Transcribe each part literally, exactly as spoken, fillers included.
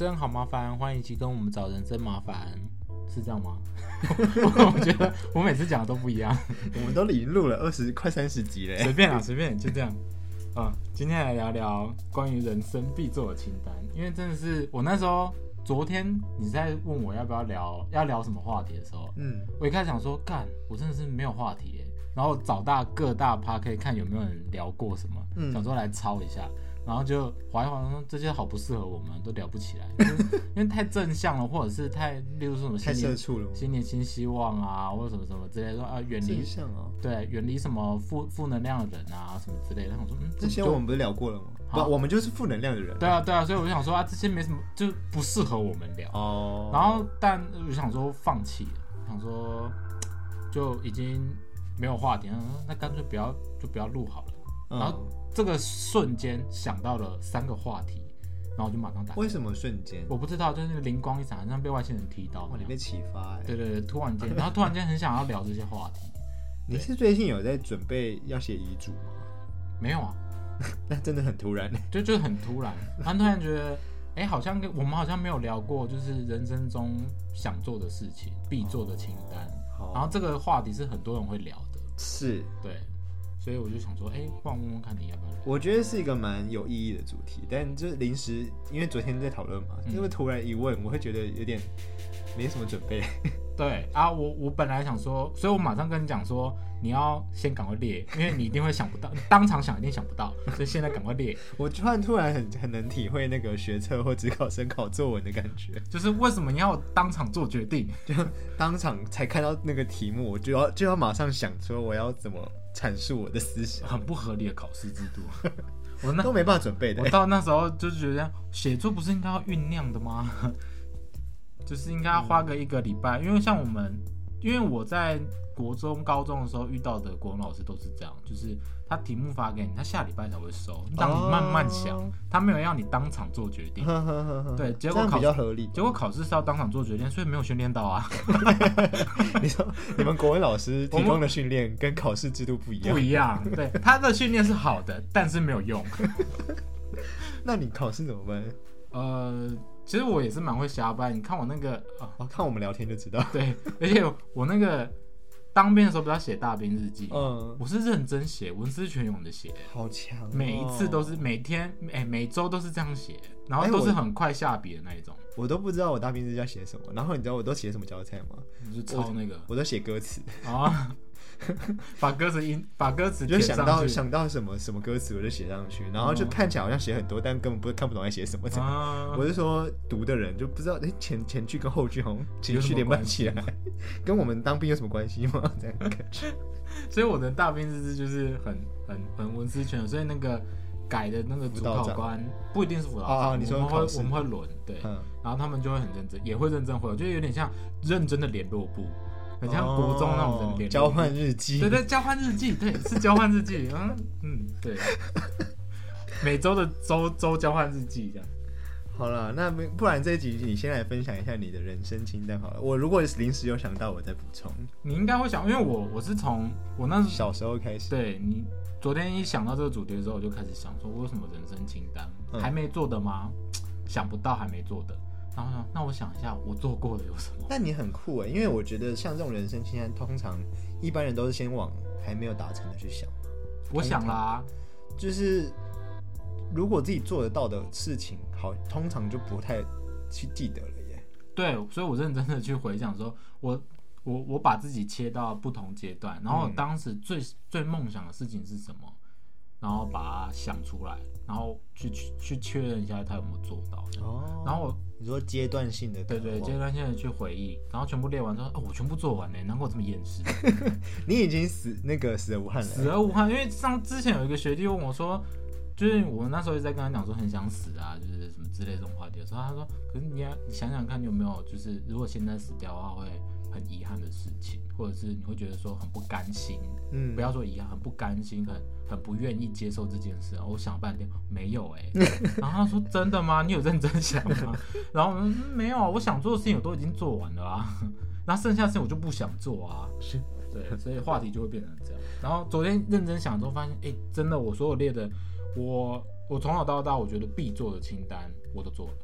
生好麻烦，欢迎一起跟我们找人生麻烦，是这样吗？我觉得我每次讲的都不一样。 我们都已经录了二十快三十集了， 随便啦，随便就这样。啊，今天来聊聊关于人生必做的清单，因为真的是我那时候昨天你在问我要不要聊要聊什么话题的时候，嗯，我一开始想说干，我真的是没有话题耶，然后找大各大 Podcast 看有没有人聊过什么，嗯，想说来抄一下。然后就划一划说这些好不适合我们，都聊不起来，因为太正向了，或者是太，例如说什么新年新年新希望啊，或者什么什么之类的，说啊远离， 哦， 对，远离什么负负能量的人啊，什么之类的。我说嗯， 这些我们不是聊过了吗？不，我们就是负能量的人。 对啊，对啊，所以我就想说啊，这些没什么，就不适合我们聊。哦。然后，但我就想说放弃了，想说就已经没有话题，那干脆不要就不要录好了。嗯、然后。这个瞬间想到了三个话题，然后我就马上打。 为什么瞬间？ 我不知道，就是那个灵光一闪，好像被外星人踢到。 哇，你被启发哎！ 对对对，突然间，然后突然间很想要聊这些话题。 你是最近有在准备要写遗嘱吗？ 没有啊， 那真的很突然。 就就是很突然，然后突然觉得，哎，好像我们好像没有聊过，就是人生中想做的事情、必做的清单。哦、然后这个话题是很多人会聊的。 是， 对。所以我就想说，哎、欸，不然问问看你要不要聊？ 我觉得是一个蛮有意义的主题，但就是临时，因为昨天在讨论嘛，嗯、因为突然一问，我会觉得有点没什么准备。 对啊，我我本来想说，所以我马上跟你讲说，你要先赶快列，因为你一定会想不到，当场想一定想不到，所以现在赶快列。 我突然突然很很能体会那个学测或指考生考作文的感觉， 就是为什么你要当场做决定， 就当场才看到那个题目，我就要就要马上想说我要怎么阐述我的思想， 很不合理的考试制度。我那都没办法准备的。 我到那时候就觉得写作不是应该要酝酿的吗？就是应该要花个一个礼拜，因为像我们，因为我在国中、高中的时候遇到的国文老师都是这样，就是他题目发给你，他下礼拜才会收，让你慢慢想，哦、他没有让你当场做决定。呵呵呵呵对，结果考比较合理。 结果考试是要当场做决定，所以没有训练到啊。 你说你们国文老师提供的训练跟考试制度不一样？ 不一样，对，他的训练是好的，但是没有用。 那你考试怎么办？ 呃。其实我也是蛮会瞎掰，你看我那个啊， 哦、看我们聊天就知道。 对，而且我那个当兵的时候不是要写大兵日记，嗯，我是认真写，文思泉涌的写， 好强、哦， 每一次都是每天，哎、欸，每周都是这样写，然后都是很快下笔的那一种。 我都不知道我大兵日记要写什么，然后你知道我都写什么教材吗？ 你就抄那个， 我, 我都写歌词啊。把歌词音，把歌词就想到想到什么什么歌词我就写上去，然后就看起来好像写很多，但根本不看不懂在写什么。啊、我是说读的人就不知道，哎、欸，前前句跟后句好像情绪连不起来，跟我们当兵有什么关系吗？这样感觉。 所以我的大兵日志就是很很很文思泉涌，所以那个改的那个主考官不一定是辅导长， 啊、你说我们会我们会轮对、嗯，然后他们就会很认真，也会认真回，我觉得有点像认真的联络部。很像国中那种人联、 哦、交换日记， 对对，交换日记，对，是交换日记，嗯嗯，对，每周的周周交换日记这样。 好了，那不然这一集你先来分享一下你的人生清单好了。我如果临时有想到，我再补充。 你应该会想，因为我我是从我那小时候开始， 对你昨天一想到这个主题的时候，我就开始想说，我有什么人生清单、嗯、还没做的吗？想不到还没做的。然后呢？那我想一下，我做过的有什么？ 但你很酷哎，因为我觉得像这种人生清单，通常一般人都是先往还没有达成的去想。 我想啦， 就是如果自己做得到的事情，好，通常就不太去记得了耶。 对，所以我认真的去回想说，我我我把自己切到不同阶段，然后我当时最、嗯、最梦想的事情是什么，然后把它想出来。然后去去确认一下他有没有做到哦。然后我你说阶段性的， 对对，阶段性的去回忆，然后全部列完之后，哦，我全部做完了，难怪我这么厌世。 你已经死那个死而无憾了， 死而无憾。因为上之前有一个学弟问我说，就是我那时候一直在跟他讲说很想死啊，就是什么之类这种话题的时候，他说，可是你要你想想看，你有没有就是如果现在死掉的话会很遗憾的事情，或者是你会觉得说很不甘心，嗯，不要说遗憾，很不甘心，很很不愿意接受这件事。我想了半天，没有哎、欸，然后他说真的吗？你有认真想吗？然后我说、嗯、没有啊，我想做的事情我都已经做完了啊，然后剩下的事情我就不想做啊，对，所以话题就会变成这样。然后昨天认真想之后发现，哎、欸，真的我所有列的，我我从小到大我觉得必做的清单我都做了。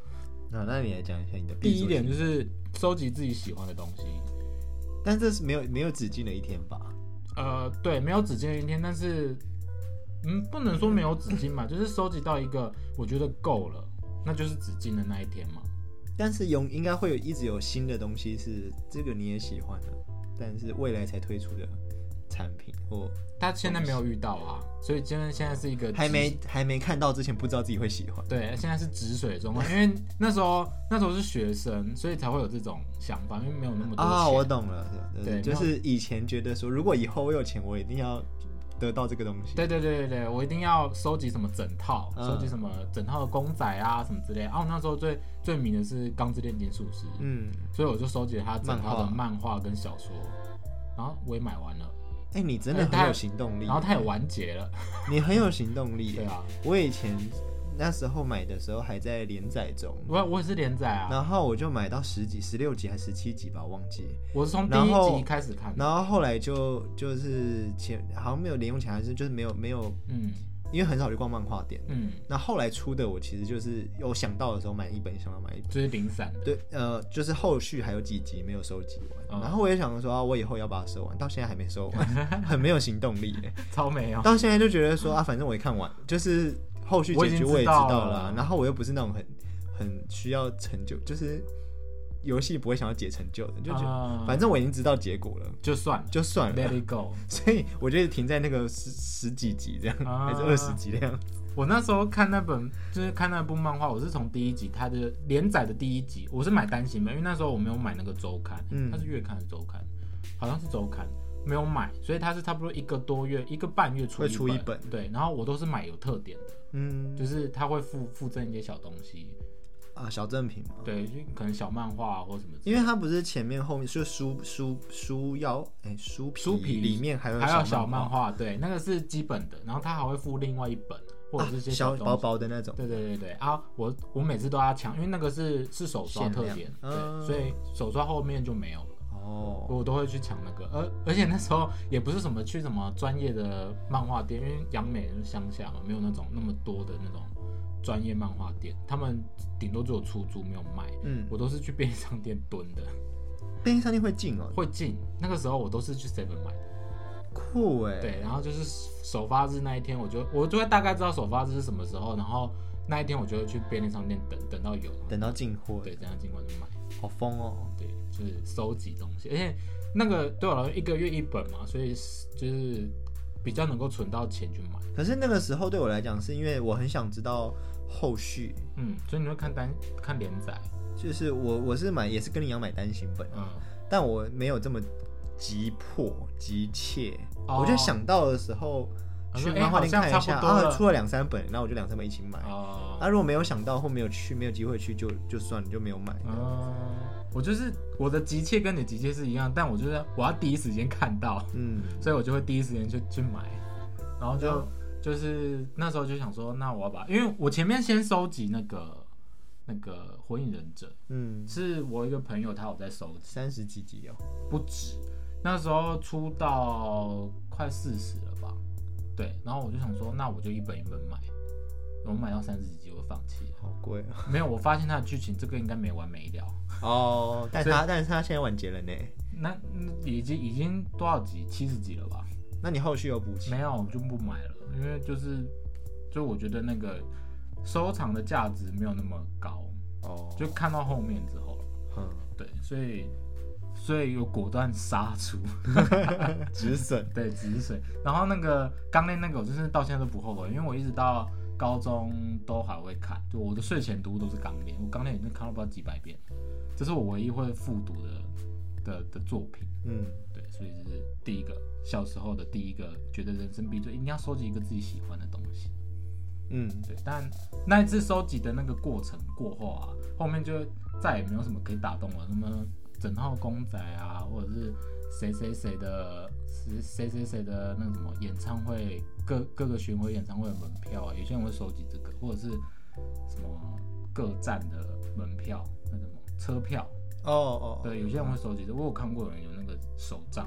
那、啊、那你来讲一下你的第一点就是收集自己喜欢的东西， 但这是没有没有止境的一天吧？ 呃，对，没有止境的一天，但是嗯，不能说没有止境嘛，就是收集到一个我觉得够了，那就是止境的那一天嘛。 但是有应该会有一直有新的东西是这个你也喜欢的，但是未来才推出的产品或他现在没有遇到啊，所以今天现在是一个还没还没看到之前不知道自己会喜欢。 对，现在是止水的状况，因为那时候那时候是学生，所以才会有这种想法，因为没有那么多钱啊，我懂了，对， 对， 就是以前觉得说，如果以后我有钱，我一定要得到这个东西。 对对对对对，我一定要收集什么整套，收、嗯、集什么整套的公仔啊什么之类的。啊，我那时候最最迷的是《钢之炼金术师》，嗯，所以我就收集了他整套的漫画跟小说，然后我也买完了。 哎、欸，你真的很有行动力， 然后它也完结了， 你很有行动力。 对啊， 我以前那时候买的时候还在连载中， 我我也是连载啊， 然后我就买到十几、十六集还是十七集吧，我忘记。 我是从第一集开始看的， 然后后来就就是前好像没有连用起来，还是就是没有没有，嗯，因为很少去逛漫画店，嗯，那后来出的我其实就是有想到的时候买一本，想要买一本， 就是零散， 对，呃，就是后续还有几集没有收集完。嗯、然后我也想说啊，我以后要把它收完，到现在还没收完，很没有行动力耶， 超没有。 到现在就觉得说啊，反正我也看完，就是后续结局我也知道了，啊，然后我又不是那种很很需要成就，就是游戏不会想要解成就的，就觉得、uh, 反正我已经知道结果了， 就算就算了 ，Let it go。 所以我觉得停在那个十十几集这样， uh, 还是二十集那样。 我那时候看那本就是看那部漫画，我是从第一集它的连载的第一集，我是买单行本，因为那时候我没有买那个周刊，嗯，它是月刊还是周刊？好像是周刊，没有买，所以它是差不多一个多月、一个半月出一本， 会出一本， 对。然后我都是买有特点的，嗯，就是它会附附赠一些小东西啊，小赠品嘛， 对，就可能小漫画或什么， 因为它不是前面后面就书书书腰，哎，书书皮里面还有还有小漫画，对，那个是基本的，然后它还会附另外一本。或者是些小薄薄的那种， 对对对对啊！我我每次都要抢，因为那个是是手刷特点，对，嗯，所以手刷后面就没有了。哦，我都会去抢那个，而而且那时候也不是什么去什么专业的漫画店，因为杨美是乡下嘛，没有那种那么多的那种专业漫画店，他们顶多只有出租没有卖。嗯，我都是去便利商店蹲的。 便利商店会进哦？ 会进。那个时候我都是去 seven 买的。 酷哎， 对，然后就是首发日那一天，我就我就会大概知道首发日是什么时候，然后那一天我就会去便利商店等，等到有， 等到进货， 对，等到进货就买。 好疯哦， 对，就是收集东西，而且那个对我来说一个月一本嘛，所以就是比较能够存到钱去买。 可是那个时候对我来讲，是因为我很想知道后续， 嗯，所以你会看单看连载， 就是我我是买也是跟你一样买单行本，嗯，但我没有这么急迫急切，哦，我就想到的时候去漫画店看一下，啊，出了两三本，然后我就两三本一起买。哦，啊，如果没有想到或没有去，没有机会去，就就算了，就没有买。 哦，我就是我的急切跟你的急切是一样，但我就是我要第一时间看到，嗯，所以我就会第一时间去去买，然后就、嗯、就是那时候就想说，那我要把，因为我前面先收集那个那个火影忍者，嗯，是我一个朋友他有在收集， 三十几集哦， 不止。那时候出到快四十了吧，对，然后我就想说，那我就一本一本买，我买到三十几集我就放弃了， 好贵啊！ 没有，我发现它的剧情这个应该没完没了哦，但是它但是它现在完结了呢， 那已经已经多少集？七十集了吧？ 那你后续有补齐？ 没有，我就不买了，因为就是就我觉得那个收藏的价值没有那么高哦，就看到后面之后了，嗯，对，所以。所以有果断杀出止损， 对止损。然后那个钢炼那个，我真是到现在都不后悔，因为我一直到高中都还会看，就我的睡前读都是钢炼，我钢炼已经看了不知道几百遍，这是我唯一会复读的的的作品。嗯，对，所以这是第一个小时候的第一个，觉得人生必备，一定要收集一个自己喜欢的东西。嗯，对。但那一次收集的那个过程过后啊，后面就再也没有什么可以打动我，什么。整套公仔啊，或者是谁谁谁的谁谁谁的那个什么演唱会，各各个巡回演唱会的门票啊，有些人会收集这个，或者是什么各站的门票，那个什么车票，哦哦，对，有些人会收集这个，我有看过有人有那个手账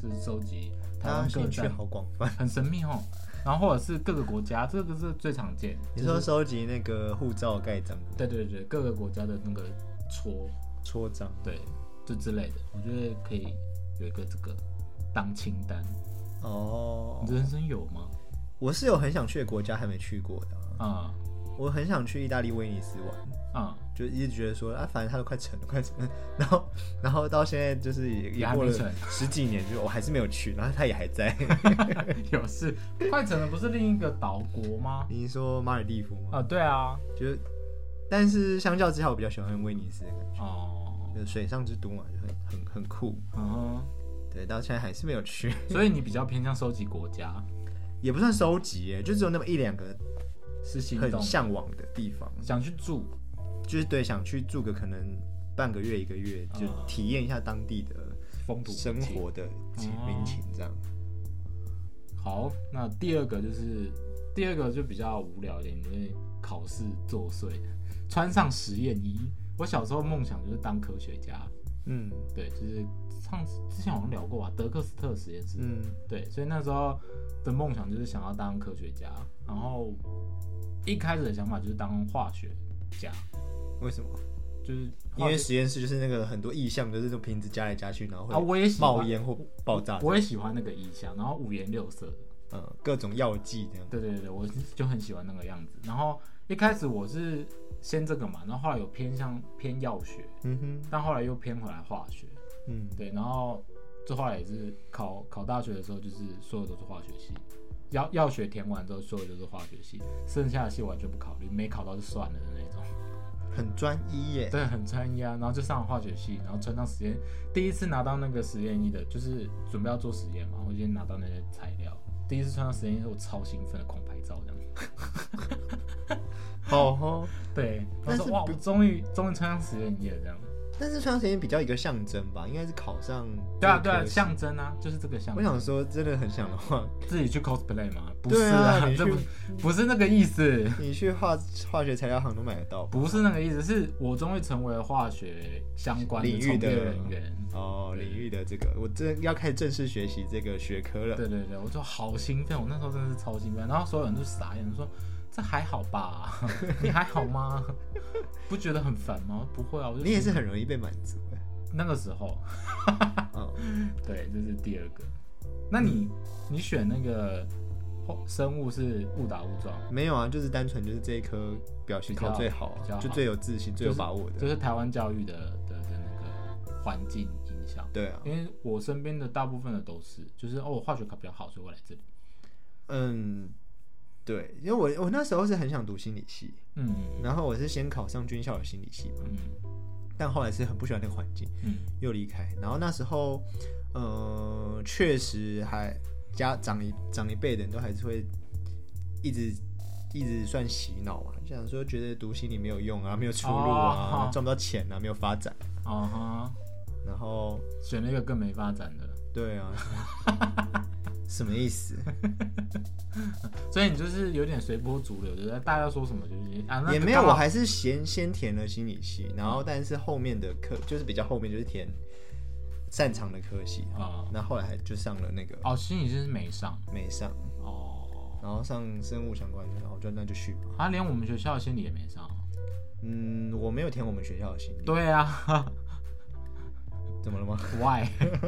就是收集台湾各兴趣站， 好广泛， 很神秘哦。然后或者是各个国家，这个是最常见。 你说收集那个护照盖章？ 对对对，各个国家的那个戳戳章， 对，就之类的，我觉得可以有一个这个当清单。 哦， 你人生有吗？ 我是有很想去的国家还没去过的啊。嗯，我很想去意大利威尼斯玩。嗯，就一直觉得说啊，反正它都快成了，快成了。然后，然后到现在就是也也过了十几年，就我还是没有去，然后它也还在。 有事，快成了不是另一个岛国吗？ 你说马尔地夫吗？ 啊，对啊， 就但是相较之下，我比较喜欢威尼斯的感觉。哦，就是水上之都嘛，就很很很酷。嗯，对，到现在还是没有去。 所以你比较偏向收集国家， 也不算收集耶，就只有那么一两个是很向往的地方， 想去住。 就是对，想去住个可能半个月一个月，就体验一下当地的风土生活的民情这样。 好，那第二个就是第二个就比较无聊一点，因为考试作祟，穿上实验衣。我小时候梦想就是当科学家，嗯，对，就是上之前好像聊过吧，德克斯特实验室，嗯，对，所以那时候的梦想就是想要当科学家，然后一开始的想法就是当化学家。 为什么？ 就是因为实验室就是那个很多意象，就是这种瓶子加来加去，然后会冒烟或爆炸。 我也喜欢那个意象，然后五颜六色的， 嗯，各种药剂这样。 对对对，我就很喜欢那个样子。然后一开始我是先这个嘛，然后后来有偏向偏药学，嗯哼，但后来又偏回来化学，嗯，对，然后就后来也是考考大学的时候，就是所有都是化学系。药药学填完之后，所有都是化学系，剩下的系完全不考虑，没考到就算了的那种。 很专一耶， 对，很专一啊。然后就上了化学系，然后穿上实验，第一次拿到那个实验衣的，就是准备要做实验嘛，我先拿到那些材料。第一次穿上实验衣，我超兴奋的，狂拍照这样。 好哦， 对，我说哇，我终于终于穿上实验衣了这样。 但是穿上实验比较一个象征吧，应该是考上。 对啊对啊，象征啊，就是这个象征。 我想说，真的很想的话， 自己去 cosplay 吗？不是啊，啊这不不是那个意思。 你去化化学材料行都买得到。 不是那个意思，是我终于成为了化学相关领域的人员哦，领域的这个，我真要开始正式学习这个学科了。 对对对，我就好兴奋，我那时候真的是超兴奋，然后所有人就傻眼说。这还好吧？你还好吗？不觉得很烦吗？不会啊，我就你也是很容易被满足的。 那个时候，哦、对，这是第二个。那你、嗯、你选那个生物是误打误撞？ 没有啊，就是单纯就是这一科表现考最好，好就最有自信、最有把握的， 就是、就是台湾教育的的的那个环境影响。 对啊， 因为我身边的大部分的都是，就是哦，我化学考比较好，所以我来这里。 嗯。对，因为我我那时候是很想读心理系，嗯，然后我是先考上军校的心理系嘛，嗯，但后来是很不喜欢那个环境，嗯，又离开。然后那时候，呃，确实还家长一长一辈的人都还是会一直一直算洗脑嘛，就想说觉得读心理没有用啊，没有出路啊，赚、oh, 不到钱啊，没有发展，啊哈，然后选了一个更没发展的， 对啊。什么意思？ 所以你就是有点随波逐流，就是大家说什么就是啊，那也没有，我还是先先填了心理系，然后但是后面的课就是比较后面就是填擅长的科系啊，那、嗯、后来还就上了那个哦，心理系是没上， 没上哦，然后上生物相关的，然后就那就去吧。 啊，连我们学校的心理也没上。 嗯，我没有填我们学校的心理。 对啊， 怎么了吗 ？Why?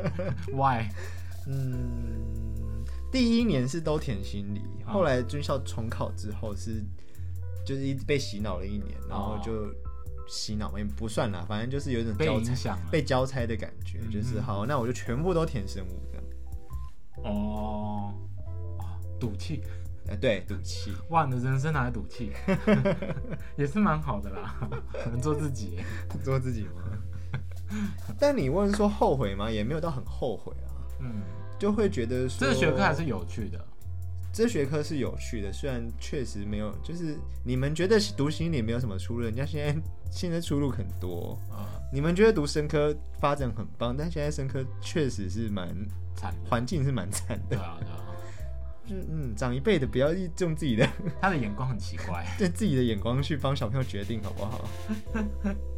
Why? 嗯，第一年是都填心理，后来军校重考之后是就是一被洗脑了一年，然后就洗脑也不算啦，反正就是有点交差被交差的感觉，嗯、就是好，那我就全部都填生物这样。 哦，赌气， 哎，对，赌气。 哇，你的人生拿来赌气，也是蛮好的啦，能做自己， 做自己吗？但你问说后悔吗？也没有到很后悔啊。嗯，就会觉得说这个学科还是有趣的。 这学科是有趣的，虽然确实没有，就是你们觉得读心理没有什么出路，人家现在现在出路很多啊。嗯、你们觉得读生科发展很棒，但现在生科确实是蛮惨， 环境是蛮惨的。 对啊，对啊。 就是嗯，长一辈的不要用自己的， 他的眼光很奇怪， 对自己的眼光去帮小朋友决定，好不好？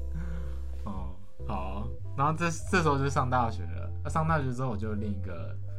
哦，好。然后这这时候就上大学了。上大学之后，我就另一个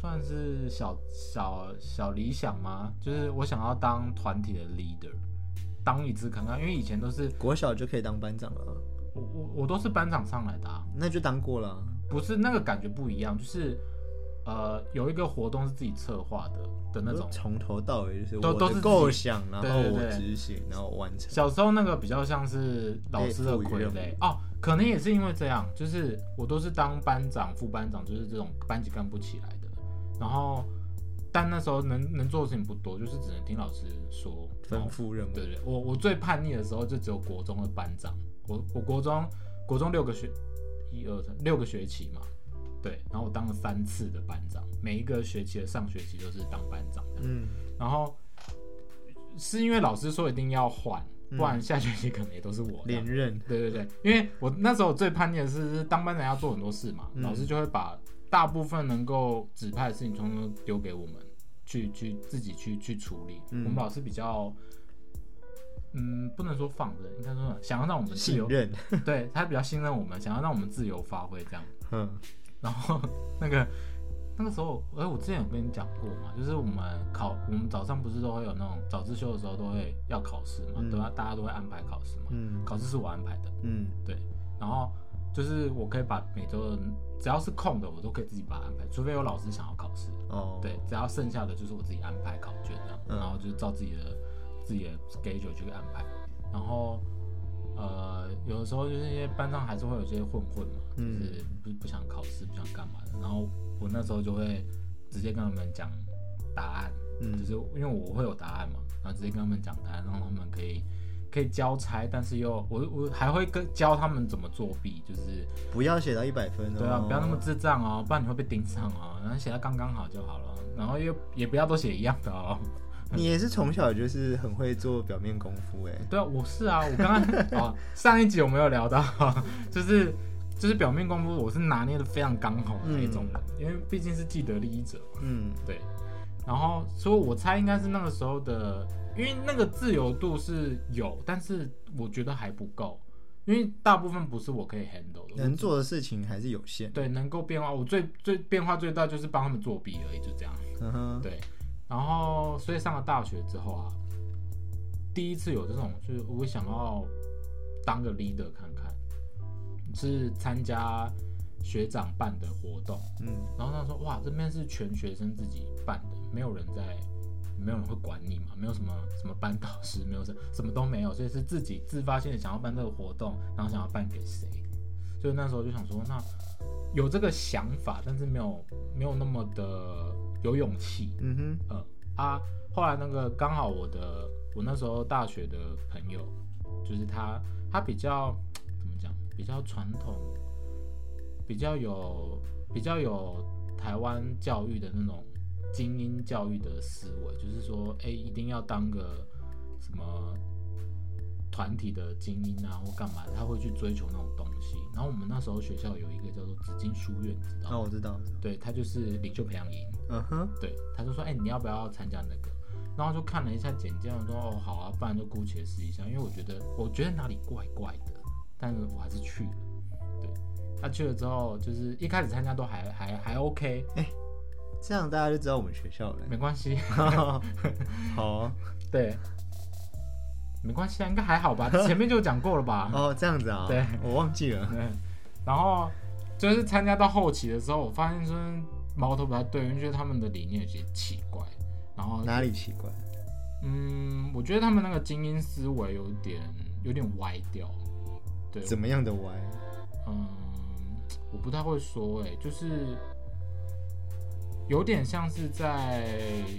算是小小小理想吗？就是我想要当团体的 leader， 当一次看看，因为以前都是国小就可以当班长了。 我我我都是班长上来的啊， 那就当过了、啊。 不是那个感觉不一样，就是呃有一个活动是自己策划的的那种， 从头到尾就是都我的构想，然后我执行，然后完成。 小时候那个比较像是老师的傀儡哦，可能也是因为这样，就是我都是当班长、副班长，就是这种班级干部起来的，然后。但那时候能能做的事情不多，就是只能听老师说吩咐任务。 对对，我我最叛逆的时候就只有国中的班长，我我国中国中六个学一二三六个学期嘛，对，然后我当了三次的班长，每一个学期的上学期都是当班长的，嗯，然后是因为老师说一定要换，不然下学期可能也都是我连任。 对对对，因为我那时候最叛逆的是当班长要做很多事嘛，嗯、老师就会把大部分能够指派的事情通通丢给我们。去去自己去去处理、嗯，我们老师比较，嗯，不能说放任，应该说想要让我们自由， 信任， 对他比较信任我们，想要让我们自由发挥这样。嗯，然后那个那个时候，哎、欸，我之前有跟你讲过嘛，就是我们考，我们早上不是都会有那种早自修的时候都会要考试嘛，嗯、对吧？大家都会安排考试嘛，嗯，考试是我安排的，嗯，对，然后就是我可以把每周的。只要是空的，我都可以自己把它安排，除非有老师想要考试。哦，对，只要剩下的就是我自己安排考卷这样，嗯、然后就是照自己的自己的 schedule 去安排。然后呃，有的时候就是因为班上还是会有一些混混嘛，嗯、就是不不想考试，不想干嘛的。然后我那时候就会直接跟他们讲答案，嗯、就是因为我会有答案嘛，然后直接跟他们讲答案，让他们可以。可以交差，但是又我我还会跟教他们怎么作弊，就是不要写到一百分哦， 对啊，不要那么智障哦，不然你会被盯上哦。然后写到刚刚好就好了，然后又也不要都写一样的哦。 你也是从小就是很会做表面功夫哎。 对啊，我是啊，我刚刚啊上一集我没有聊到，就是就是表面功夫我是拿捏的非常刚好的那一种人，嗯、因为毕竟是既得利益者嘛。嗯，对。然后所以我猜应该是那个时候的。因为那个自由度是有，但是我觉得还不够，因为大部分不是我可以 handle 的， 能做的事情还是有限。 对，能够变化，我最最变化最大就是帮他们作弊而已，就这样。嗯哼，对。然后，所以上了大学之后啊，第一次有这种，就是我想要当个 leader 看看，是参加学长办的活动，嗯，然后他说，哇，这边是全学生自己办的，没有人在。没有人会管你嘛，没有什么什么班导师，没有什什么都没有，所以是自己自发性的想要办这个活动，然后想要办给谁，所以那时候就想说，那有这个想法，但是没有没有那么的有勇气，嗯哼，呃啊，后来那个刚好我的我那时候大学的朋友，就是他他比较怎么讲，比较传统，比较有比较有台湾教育的那种。精英教育的思维，就是说，哎、欸，一定要当个什么团体的精英啊，或干嘛的，他会去追求那种东西。然后我们那时候学校有一个叫做紫金书院，知道吗？ 哦，我知道。 对，他就是领袖培养营。嗯哼。对，他就说，哎、欸，你要不要参加那个？然后就看了一下简介，我说，哦，好啊，不然就姑且试一下，因为我觉得，我觉得哪里怪怪的，但是我还是去了。对，他、啊、去了之后，就是一开始参加都还还还 OK。哎、欸。 这样大家就知道我们学校了。 没关系， 好、啊， 对，没关系啊，应该还好吧？前面就讲过了吧？ 哦，这样子啊， 对， 我忘记了。 对，然后就是参加到后期的时候，我发现说矛头不太对，因为觉得他们的理念有些奇怪。然后哪里奇怪？ 嗯，我觉得他们那个精英思维有点有点歪掉。对， 怎么样的歪？ 嗯，我不太会说、欸，哎，就是。有点像是在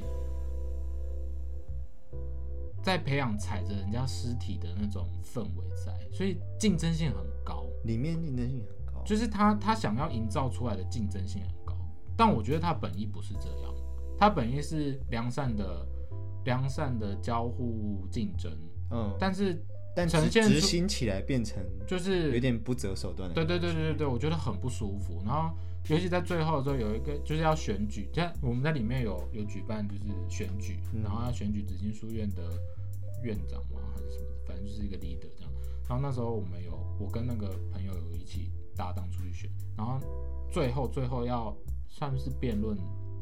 在培养踩着人家尸体的那种氛围在，所以竞争性很高。 里面竞争性很高， 就是他他想要营造出来的竞争性很高，但我觉得他本意不是这样，他本意是良善的良善的交互竞争，嗯，但是但呈现执行起来变成就是有点不择手段的， 对对对对对，我觉得很不舒服，然后。尤其在最后的时候，有一个就是要选举，像我们在里面有有举办就是选举，嗯、然后要选举紫金书院的院长嘛，还是什么，反正就是一个 leader 这样。然后那时候我们有我跟那个朋友有一起搭档出去选，然后最后最后要算是辩论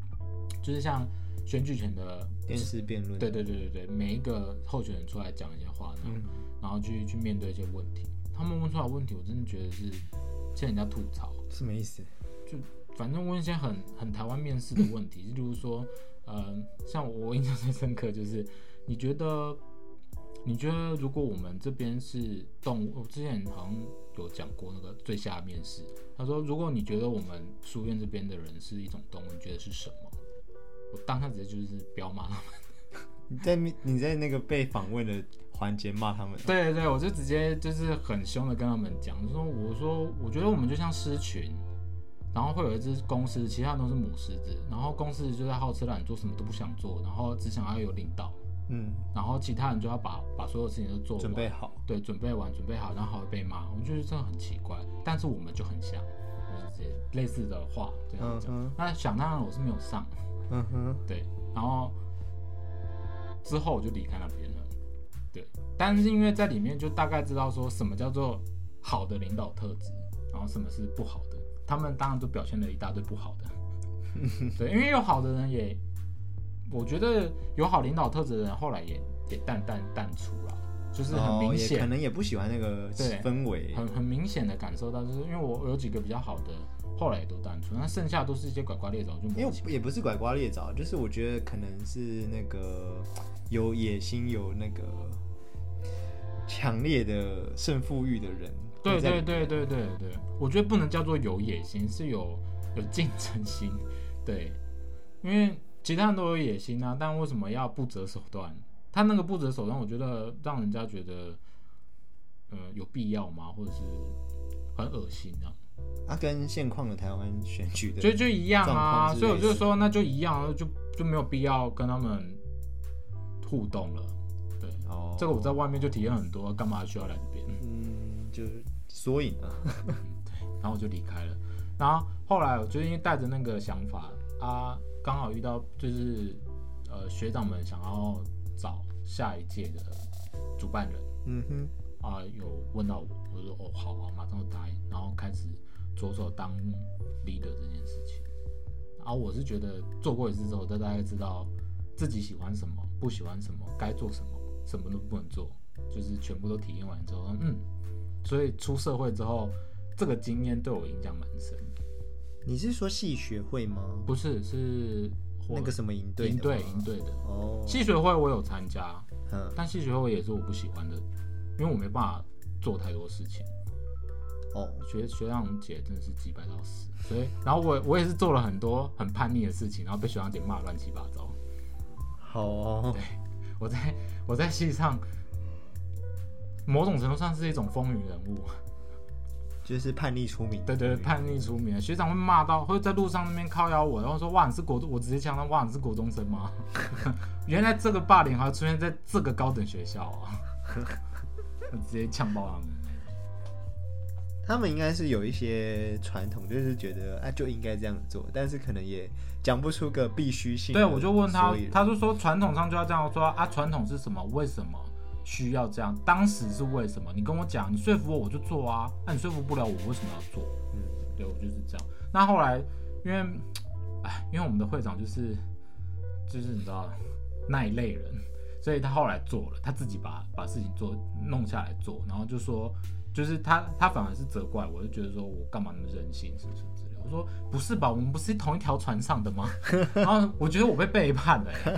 就是像选举前的电视辩论， 对对对对对，每一个候选人出来讲一些话，然后、嗯、然后去去面对一些问题。他们问出来的问题，我真的觉得是欠人家吐槽。 什么意思？ 就反正问一些很很台湾面试的问题，例如说，呃，像我我印象最深刻就是，你觉得你觉得如果我们这边是动物，我之前好像有讲过那个最下面试，他说如果你觉得我们书院这边的人是一种动物，你觉得是什么？我当下直接就是不要骂他们。 你在你在那个被访问的环节骂他们？ 对对对，我就直接就是很凶的跟他们讲，就说我说我觉得我们就像狮群，然后会有一只公狮，其他人都是母狮子，然后公狮就在好吃懒做，什么都不想做，然后只想要有领导，嗯，然后其他人就要把把所有事情都做完， 准备好， 对，准备完准备好，然后还会被骂，我觉得这很奇怪，但是我们就很像，就是类似的话这样讲。嗯、那想当然我是没有上，嗯哼，对，然后之后我就离开那边了，对，但是因为在里面就大概知道说什么叫做好的领导特质，然后什么是不好的，他们当然都表现了一大堆不好的，对，因为有好的人也，我觉得有好领导特质的人后来也也淡淡淡出了，就是很明显、 哦，可能也不喜欢那个氛围， 很很明显的感受到，就是因为我有几个比较好的。后来也都淡出，那剩下都是一些拐瓜裂枣，就因为也不是拐瓜裂枣，就是我觉得可能是那个有野心、有那个强烈的胜负欲的人。 对对对对对对，我觉得不能叫做有野心，是有有竞争心。对，因为其他人都有野心啊，但为什么要不择手段？他那个不择手段，我觉得让人家觉得，呃，有必要吗？或者是很恶心这样。 啊，跟现况的台湾选举的就就一样啊，所以我就说那就一样，就就没有必要跟他们互动了。对，哦，这个我在外面就体验很多，干嘛需要来这边？ 嗯，就是缩影啊。 对，然后我就离开了。然后后来我就因为带着那个想法啊，刚好遇到就是呃学长们想要找下一届的主办人，嗯哼。啊，有问到我，我就说哦好啊，马上就答应，然后开始着手当 leader 这件事情。然后我是觉得做过一次之后，大概知道自己喜欢什么，不喜欢什么，该做什么，什么都不能做，就是全部都体验完之后，嗯，所以出社会之后，这个经验对我影响蛮深。 你是说系学会吗？ 不是，是那个什么营队的？ 营队营队的。哦，系学会我有参加，嗯，但系学会也是我不喜欢的。因为我没办法做太多事情，哦，学学长姐真的是击败到死，所以然后我我也是做了很多很叛逆的事情，然后被学长姐骂乱七八糟。 好哦， 对，我在我在系上，某种程度上是一种风云人物， 就是叛逆出名。 对 对, 對，叛逆出名，学长会骂到，会在路上那边靠腰我，然后说哇你是国，我直接呛他哇你是国中生吗？原来这个霸凌还出现在这个高等学校啊！直接呛爆他们。 他们应该是有一些传统，就是觉得啊就应该这样做，但是可能也讲不出个必须性。 对，我就问他，他就说传统上就要这样说啊，传统是什么？为什么需要这样？当时是为什么？你跟我讲，你说服我我就做啊，那、啊、你说服不了我，为什么要做？嗯，对我就是这样。那后来因为，哎，因为我们的会长就是就是你知道那一类人。所以他后来做了，他自己把把事情做弄下来做，然后就说，就是他他反而是责怪我，就觉得说我干嘛那么任性什么什么之类的。我说不是吧，我们不是同一条船上的吗？然后我觉得我被背叛了、欸。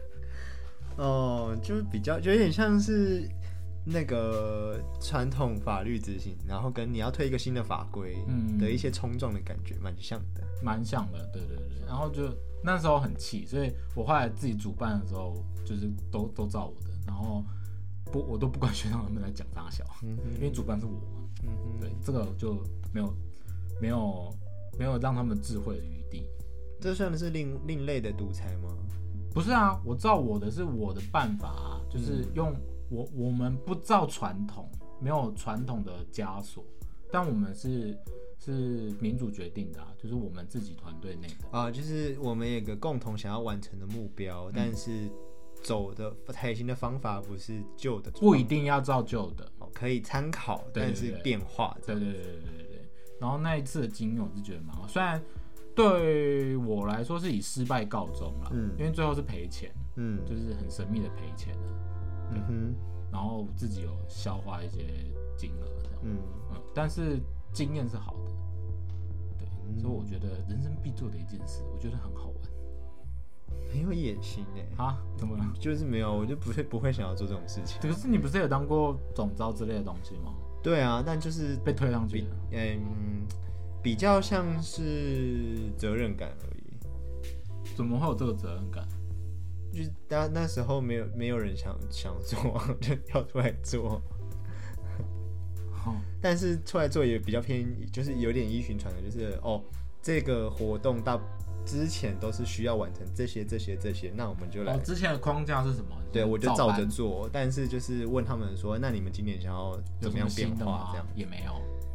哦，就是比较就有点像是那个传统法律执行，然后跟你要推一个新的法规的一些冲撞的感觉，蛮像的， 蛮像的，对对对。然后就那时候很气，所以我后来自己主办的时候。就是都都照我的，然后不我都不管学长他们在讲啥小，嗯、因为主办是我嘛，嗯、对这个就没有没有没有让他们智慧的余地。 这算是另另类的独裁吗？ 不是啊，我照我的是我的办法、啊，就是用我我们不照传统，没有传统的枷锁，但我们是是民主决定的、啊，就是我们自己团队内的啊，就是我们有个共同想要完成的目标，嗯、但是。走的采行的方法不是旧的， 不一定要照旧的， 可以参考，但是变化。 对对对对对对。然后那一次的经验我是觉得蛮好，虽然对我来说是以失败告终啦，嗯，因为最后是赔钱，嗯，就是很神秘的赔钱了，嗯哼，然后自己有消化一些金额，嗯嗯，但是经验是好的，对，嗯、所以我觉得人生必做的一件事，我觉得很好玩。 很有野心哎！ 啊，怎么了？ 就是没有，我就不会不会想要做这种事情。 可是你不是有当过总召之类的东西吗？ 对啊，但就是被推上去了。 嗯，比较像是责任感而已。 怎么会有这个责任感？ 就是那那时候没有没有人想想做，就跳出来做。哦、但是出来做也比较偏，就是有点依循传统，就是哦，这个活动大。之前都是需要完成这些、这些、这些，那我们就来。 哦，之前的框架是什么？ 对，我就照着做。但是就是问他们说，那你们今年想要怎么样变化？这样也没有，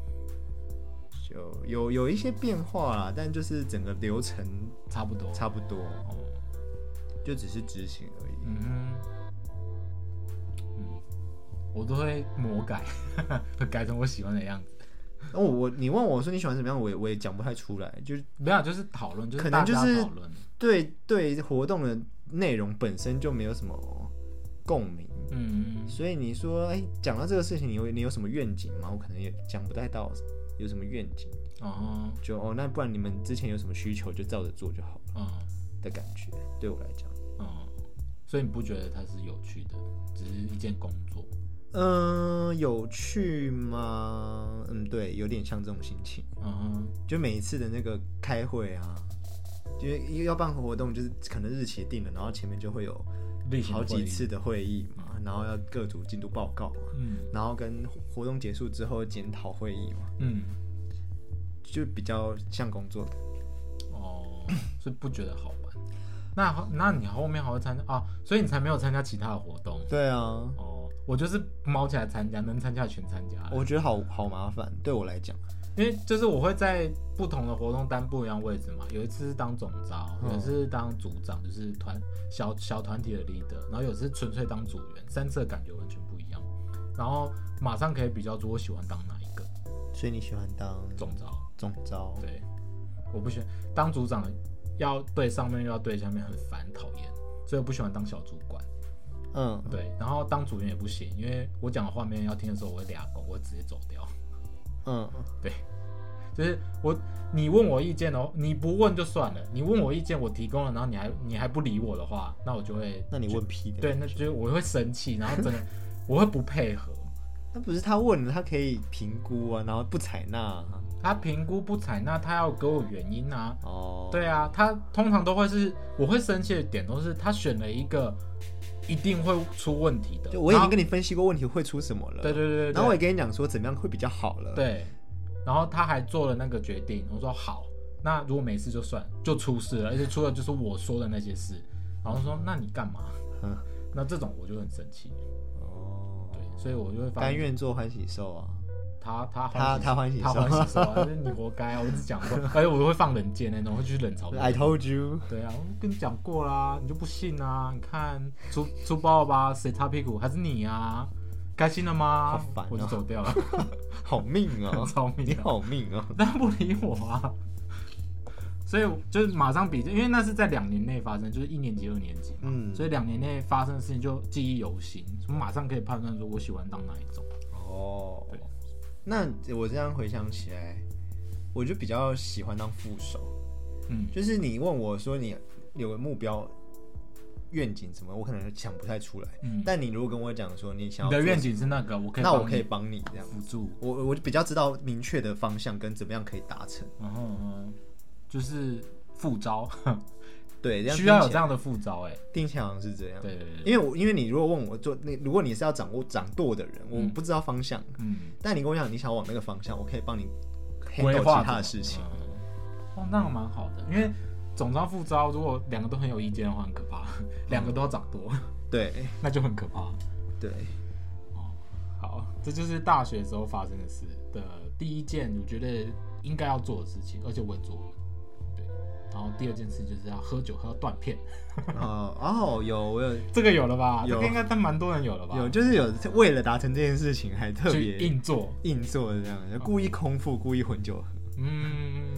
就有有一些变化啦，但就是整个流程差不多， 差不多，哦、就只是执行而已。嗯哼，嗯，我都会魔改，会改成我喜欢的样子。 哦，我你问我说你喜欢什么样，我也我也讲不太出来，就是没有，就是讨论，就是可能就是讨论， 对对活动的内容本身就没有什么共鸣，嗯，所以你说哎，讲到这个事情，你有你有什么愿景吗？我可能也讲不太到有什么愿景，哦，就哦，那不然你们之前有什么需求就照着做就好了，嗯的感觉，对我来讲， 嗯，所以你不觉得它是有趣的，只是一件工作？ 嗯、呃，有趣吗？嗯，对，有点像这种心情。嗯哼，就每一次的那个开会啊，就是要办活动，就是可能日期定了，然后前面就会有好几次的会议嘛，然后要各组进度报告嘛，嗯，然后跟活动结束之后检讨会议嘛，嗯，就比较像工作的。 哦，所以不觉得好玩。那那你后面还会参加啊？所以你才没有参加其他的活动？ 对啊。 哦。我就是毛起来参加，能参加全参加。 我觉得好好麻烦，对我来讲， 因为就是我会在不同的活动担不一样位置嘛。有一次是当总召，有一次是当组长，就是团小小团体的 leader， 然后有一次纯粹当组员，三次的感觉完全不一样。然后马上可以比较出我喜欢当哪一个。 所以你喜欢当总召？ 总召， 对，我不喜欢当组长，要对上面又要对下面，很烦讨厌，所以我不喜欢当小主管。嗯，对，然后当组员也不行，因为我讲的画面要听的时候，我会俩狗，我会直接走掉。嗯，对，就是我，你问我意见哦，你不问就算了，你问我意见，我提供了，然后你还你还不理我的话，那我就会， 那你问屁的， 对，那就我会生气，然后真的我会不配合。 那不是他问了，他可以评估啊，然后不采纳、啊。 他评估不采纳，他要给我原因啊。哦，对啊，他通常都会是，我会生气的点都是他选了一个。一定会出问题的。 就我已经跟你分析过问题会出什么了。 对对 对, 對。 然后我也跟你讲说怎么样会比较好了。 对。然后他还做了那个决定，我说好，那如果没事就算，就出事了，而且出了就是我说的那些事。然后说那你干嘛？嗯。那这种我就很生气。哦。对，所以我就会发现。 甘愿做欢喜兽啊。 他他他他欢喜他欢喜兽啊，就是你活该啊！我只讲过，而且我会放冷箭那种，会去冷嘲。 I told you。 对啊，我跟你讲过啦，你就不信啊？你看出出包了吧？谁擦屁股？还是你啊？开心了吗？ 好烦、啊， 我就走掉了。 好命啊！ 超命、啊！ 你好命啊！ 但不理我啊！所以就是马上比，因为那是在两年内发生，就是一年级、二年级嘛，嗯、所以两年内发生的事情就记忆犹新，我马上可以判断说我喜欢当哪一种。哦，对。 那我这样回想起来，我就比较喜欢当副手。嗯，就是你问我说你有个目标、愿景什么，我可能想不太出来。嗯，但你如果跟我讲说你想要你的愿景是那个，我可以那我可以帮你这样辅助。 我我比较知道明确的方向跟怎么样可以达成。 嗯哼，就是副招。 对， 需要有这样的副招，哎， 听起来好像是这样。 对对对， 因为我因为你如果问我做，你如果你是要掌握掌舵的人，嗯、我不知道方向，嗯，但你跟我讲你想往那个方向，我可以帮你规划其他的事情。 嗯、哦，那蛮好的，因为总招副招如果两个都很有意见的话，很可怕，两、嗯、个都要掌舵， 对， 那就很可怕。 对， 哦，好，这就是大学时候发生的事的第一件，我觉得应该要做的事情，而且我也做了。然后第二件事就是要喝酒喝到断片。 哦哦，有我有这个有了吧？有，这个应该但蛮多人有了吧？ 有，就是有为了达成这件事情，还特别硬做硬做的这样，故意空腹，故意混酒喝。 嗯，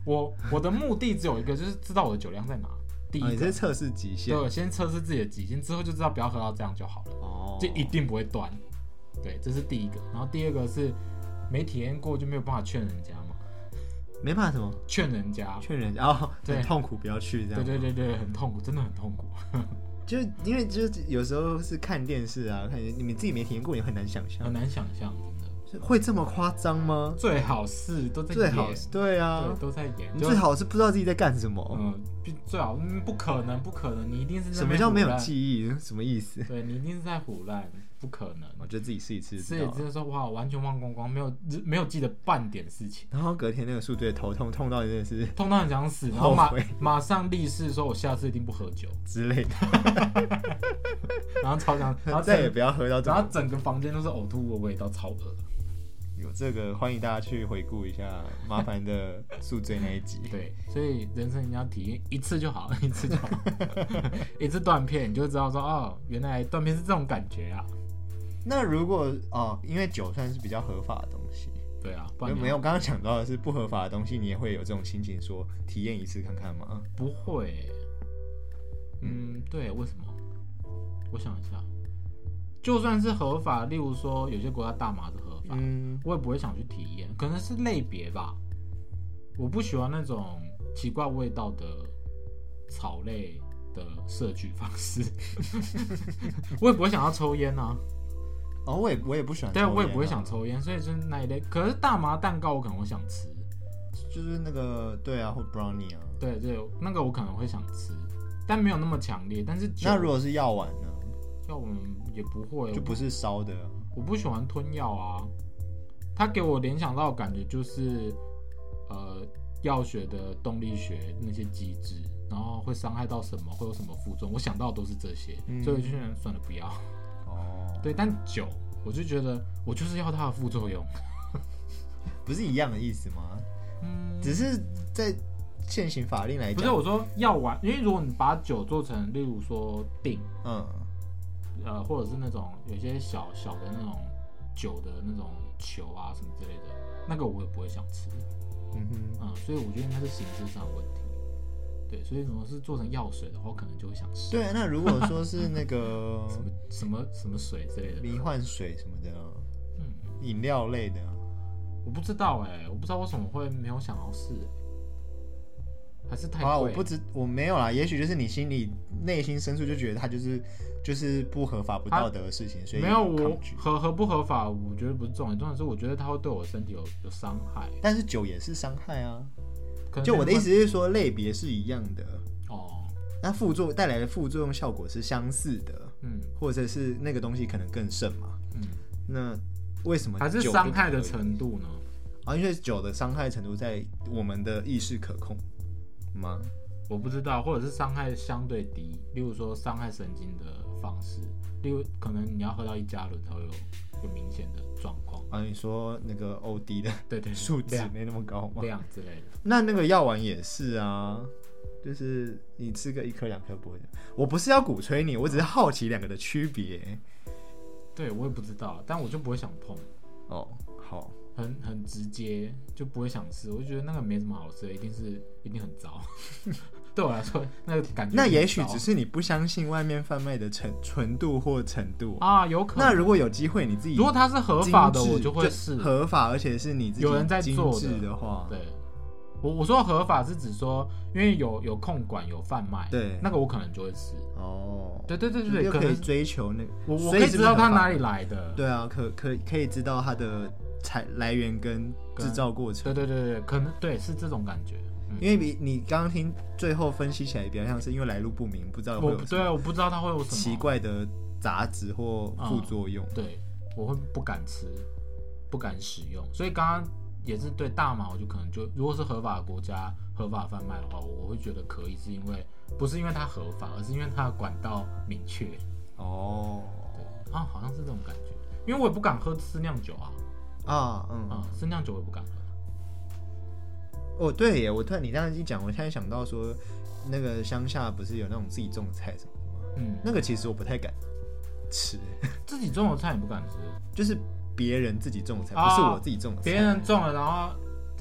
我我的目的只有一个，就是知道我的酒量在哪。第一个， 哦、你是测试极限， 对，先测试自己的极限，之后就知道不要喝到这样就好了，哦，就一定不会断。对，这是第一个。然后第二个是没体验过就没有办法劝人家嘛， 没办法什么劝人家， 劝人家哦，很痛苦，不要去这样。 对对对对，很痛苦，真的很痛苦。 就因为就是有时候是看电视啊，看你们自己没体验过，也很难想象， 很难想象。 会这么夸张吗？ 最好是都在演， 最好是对啊， 对，都在演。 你最好是不知道自己在干什么。 嗯，最好、嗯、不可能，不可能，你一定是在什么叫没有记忆？什么意思？ 对，你一定是在唬烂，不可能。 我觉得自己试一次， 试一次说哇，完全忘光光，没有没有记得半点事情。 然后隔天那个宿醉头痛，痛到真的是痛到很想死，然后马马上立誓说，我下次一定不喝酒之类的。 然后超想，然后再也不要喝到这种， 然后整个房间都是呕吐物的味道，超恶。 有这个，欢迎大家去回顾一下麻烦的宿醉那一集。 对，所以人生你要体验一次就好，一次就好，一次断片你就知道说哦，原来断片是这种感觉啊。 那如果哦，因为酒算是比较合法的东西， 对啊， 不然没有刚刚讲到的是不合法的东西，你也会有这种心情说体验一次看看吗？ 不会，嗯，对，为什么？我想一下，就算是合法，例如说有些国家大麻是合法，嗯，我也不会想去体验，可能是类别吧。我不喜欢那种奇怪味道的草类的摄取方式，我也不会想要抽烟啊。 哦，我也我也不喜欢抽烟、啊， 对，我也不会想抽烟，所以就是那一类。可是大麻蛋糕我可能会想吃， 就是那个对啊，或 brownie 啊， 对对，那个我可能会想吃，但没有那么强烈。但是那如果是药丸呢？ 药丸也不会， 就不是烧的、啊。 我不喜欢吞药啊，它给我联想到的感觉就是呃药学的动力学那些机制，然后会伤害到什么，会有什么副作用，我想到的都是这些，嗯、所以就算了不要。哦，对，但酒我就觉得我就是要它的副作用， 不是一样的意思吗？嗯，只是在现行法令来讲， 不是我说药丸，因为如果你把酒做成，例如说锭，嗯。呃，或者是那种有些小小的那种酒的那种球啊什么之类的，那个我也不会想吃。嗯哼，嗯，所以我觉得应该是形式上的问题。对，所以如果是做成药水的话，我可能就会想吃。 对，那如果说是那个什么什么什么水之类的， 迷幻水什么的，嗯，饮料类的， 我不知道哎、欸，我不知道为什么会没有想要试、欸。还是太贵、 啊！我不知我没有啦，也许就是你心里内心深处就觉得它就是就是不合法、不道德的事情，所以没有我合合不合法，我觉得不是重点，重点是我觉得它会对我身体有有伤害。 但是酒也是伤害啊，就我的意思是说类别是一样的哦，那副作带来的副作用效果是相似的，嗯，或者是那个东西可能更甚嘛，嗯，那为什么还是伤害的程度呢？ 啊，因为酒的伤害程度在我们的意识可控。吗？ 我不知道，或者是伤害相对低，例如说伤害神经的方式，例如可能你要喝到一加仑才会有有明显的状况啊。你说那个 O D 的对对数值没那么高吗？ 量之类的。 那那个药丸也是啊，就是你吃个一颗两颗不会的。我不是要鼓吹你，我只是好奇两个的区别。 对，我也不知道，但我就不会想碰。 哦，好。 很很直接，就不会想吃。我就觉得那个没什么好吃的，一定是一定很糟。对我来说，那个感觉那也许只是你不相信外面贩卖的纯纯度或程度啊，有可能。 那如果有机会，你自己如果它是合法的，我就会试。 合法，而且是你自己有人在做的话， 对。我我说的合法是指说，因为有有控管有贩卖， 对， 那个我可能就会吃。 哦， 对对对对， 可以追求那个， 我我可以知道它哪里来的。 对啊，可可可以知道它的采来源跟制造过程。 对对对对，可能对是这种感觉。 嗯、因为你你刚刚听最后分析起来，比较像是因为来路不明，不知道会有什么。 对，我不知道它会有什么奇怪的杂质或副作用。 嗯、对，我会不敢吃，不敢使用。所以刚刚也是对大麻，我就可能就如果是合法的国家合法贩卖的话，我会觉得可以，是因为不是因为它合法，而是因为它的管道明确。哦，对啊，好像是这种感觉。因为我也不敢喝私酿酒啊。啊，嗯啊，私酿酒我也不敢喝。 哦，对耶，我突然你这样一讲，我现在想到说，那个乡下不是有那种自己种的菜什么的吗？嗯，那个其实我不太敢吃。 自己种的菜也不敢吃， 就是别人自己种的菜，啊、不是我自己种的菜。 别人种了，然后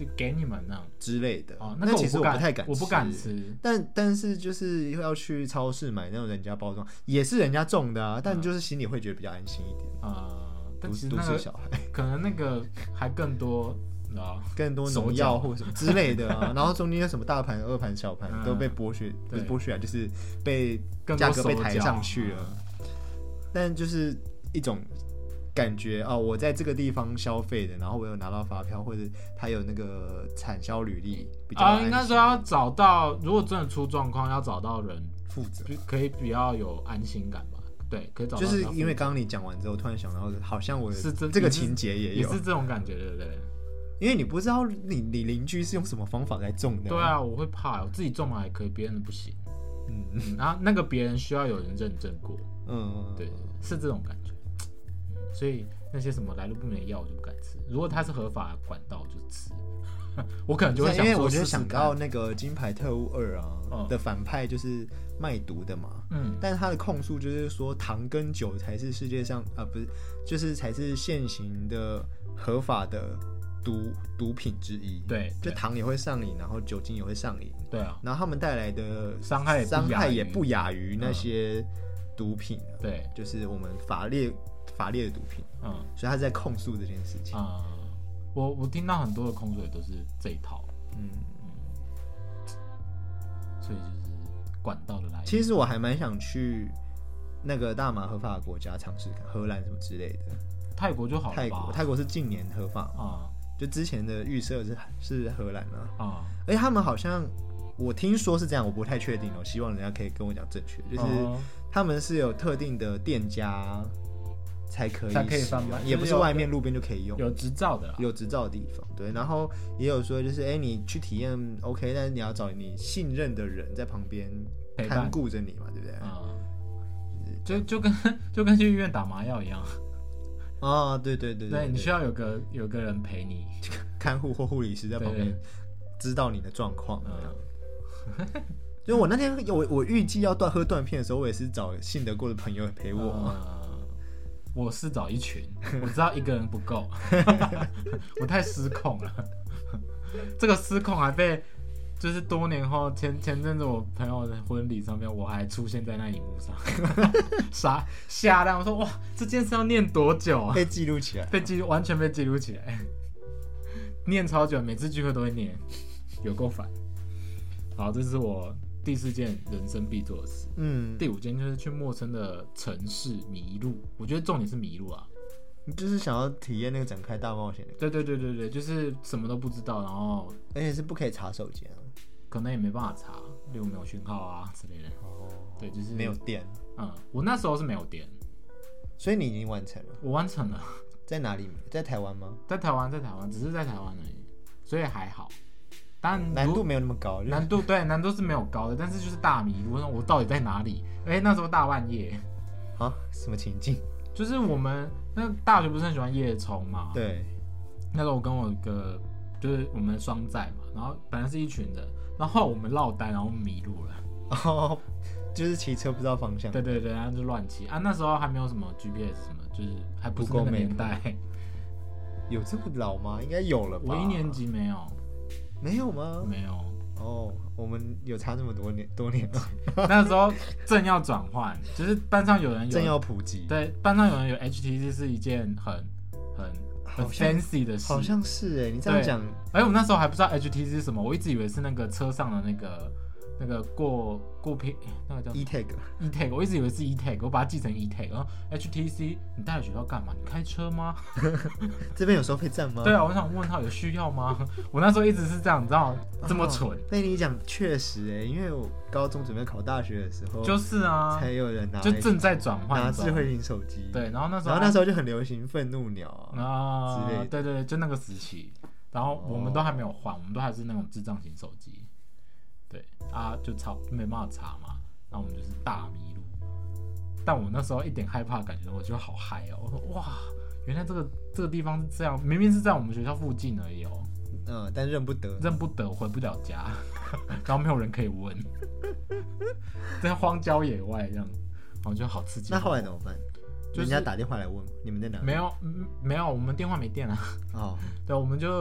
就给你们那样之类的。 哦，那个我其实我不太敢吃， 我不敢吃。 但但是就是要去超市买那种人家包装，也是人家种的啊，但就是心里会觉得比较安心一点啊、呃。但其实都那个市小孩可能那个还更多。 更多农药或什么之类的啊，然后中间有什么大盘、二盘、小盘、嗯、都被剥削，不是剥削啊，就是被价格被抬上去了。但就是一种感觉哦，我在这个地方消费的，然后我有拿到发票，或者他有那个产销履历，比较啊，应该说要找到，如果真的出状况，要找到人负责， 可以比较有安心感吧。对，可以找到。 就是因为刚刚你讲完之后，突然想到，好像我是这个情节也有， 也是这种感觉，对不对？ 因为你不知道你你邻居是用什么方法在种的。 对啊，我会怕，我自己种的还可以，别人的不行。嗯嗯，然后那个别人需要有人认证过。嗯，对，是这种感觉。所以那些什么来路不明的药我就不敢吃。如果它是合法管道，我就吃。我可能就会想说试试看， 因为我就想到那个《金牌特务二》啊、嗯、的反派就是卖毒的嘛。嗯，但是他的控诉就是说糖跟酒才是世界上啊不是，就是才是现行的合法的。毒毒品之一， 对， 就糖也会上瘾，然后酒精也会上瘾， 对啊， 然后他们带来的伤害伤害也不亚于那些毒品、 嗯，对， 就是我们法列法列的毒品，嗯，所以他在控诉这件事情， 啊、嗯，我我听到很多的控诉也都是这一套，嗯嗯，所以就是管道的来源。 其实我还蛮想去那个大麻合法的国家尝试看，荷兰什么之类的， 泰国就好了吧？ 泰国泰国是近年合法啊。嗯，就之前的预设是是荷兰啊，啊、嗯，而且他们好像我听说是这样，我不太确定哦，希望人家可以跟我讲正确，就是他们是有特定的店家才可以才可以贩卖， 也不是外面路边就可以用， 有执照的啦， 有执照的地方，对，然后也有说就是哎、欸，你去体验 OK， 但是你要找你信任的人在旁边看顾着你嘛，对不对？啊、 嗯，就就跟就跟去医院打麻药一样。 啊、哦，对对 对, 对, 对，对，你需要有个有个人陪你， 看护或护理师在旁边知道你的状况。嗯，就我那天我我预计要断喝断片的时候，我也是找信得过的朋友陪我。 嗯，我是找一群，我知道一个人不够，我太失控了。这个失控还被。就是多年后前前阵子我朋友的婚礼上面，我还出现在那荧幕上，傻吓到我说哇，这件事要念多久啊？ 被记录起来， 被记录完全被记录起来，念超久，每次聚会都会念，有够烦。好，这是我第四件人生必做的事。嗯，第五件就是去陌生的城市迷路，我觉得重点是迷路啊。 你就是想要体验那个展开大冒险的。 对对对对对，就是什么都不知道，然后而且是不可以查手机啊。 可能也没办法查，例如没有讯号啊之类的。哦，对，就是没有电。 嗯，我那时候是没有电， 所以你已经完成了。 我完成了。 在哪里？在台湾吗？ 在台湾，在台湾，只是在台湾而已，所以还好。但难度没有那么高。就是、 难度对，难度是没有高的，但是就是大迷路，我到底在哪里？哎、欸，那时候大半夜。 啊？什么情境？ 就是我们那大学不是很喜欢夜冲嘛？ 对。 那时候我跟我一个就是我们双载嘛，然后本来是一群人。然后我们落单，然后迷路了。 哦，就是骑车不知道方向。 对对对，然后就乱骑啊。那时候还没有什么 G P S 什么，就是还不是那个年代。 有这么老吗？应该有了吧。 我一年级没有。 没有吗？ 没有。 哦，我们有差这么多年多年了。 那时候正要转换，就是班上有人有正要普及。 对，班上有人有 H T C 是一件很很。很 fancy 的事， 好像是哎、欸，你这样讲， 哎，我们那时候还不知道 H T C 是什么，我一直以为是那个车上的那个那个过过屏，那个叫 E-Tag E-Tag， 我一直以为是 E-Tag， 我把它记成 E-Tag， 然后 H T C 你带来学校干嘛？你开车吗？ 这边有收费站吗？ 对啊，我想问他有需要吗？我那时候一直是这样，你知道这么蠢。 被你讲确实哎、欸，因为我高中准备考大学的时候， 就是啊， 才有人拿， 就正在转换拿智慧型手机。 对，然后那时候， 然后那时候就很流行愤怒鸟啊， 啊之类的，对对对，就那个时期。然后我们都还没有换，我们都还是那种智障型手机。对啊，就查就没办法查嘛，然后我们就是大迷路。但我那时候一点害怕的感觉，我觉得好嗨哦！我说哇，原来这个这个地方是这样，明明是在我们学校附近而已哦。 嗯，但认不得， 认不得，回不了家，然后没有人可以问，在荒郊野外这样，我觉得好刺激。 那后来怎么办？就是、人家打电话来问你们在哪？ 没有，没有，我们电话没电了。哦，对，我们就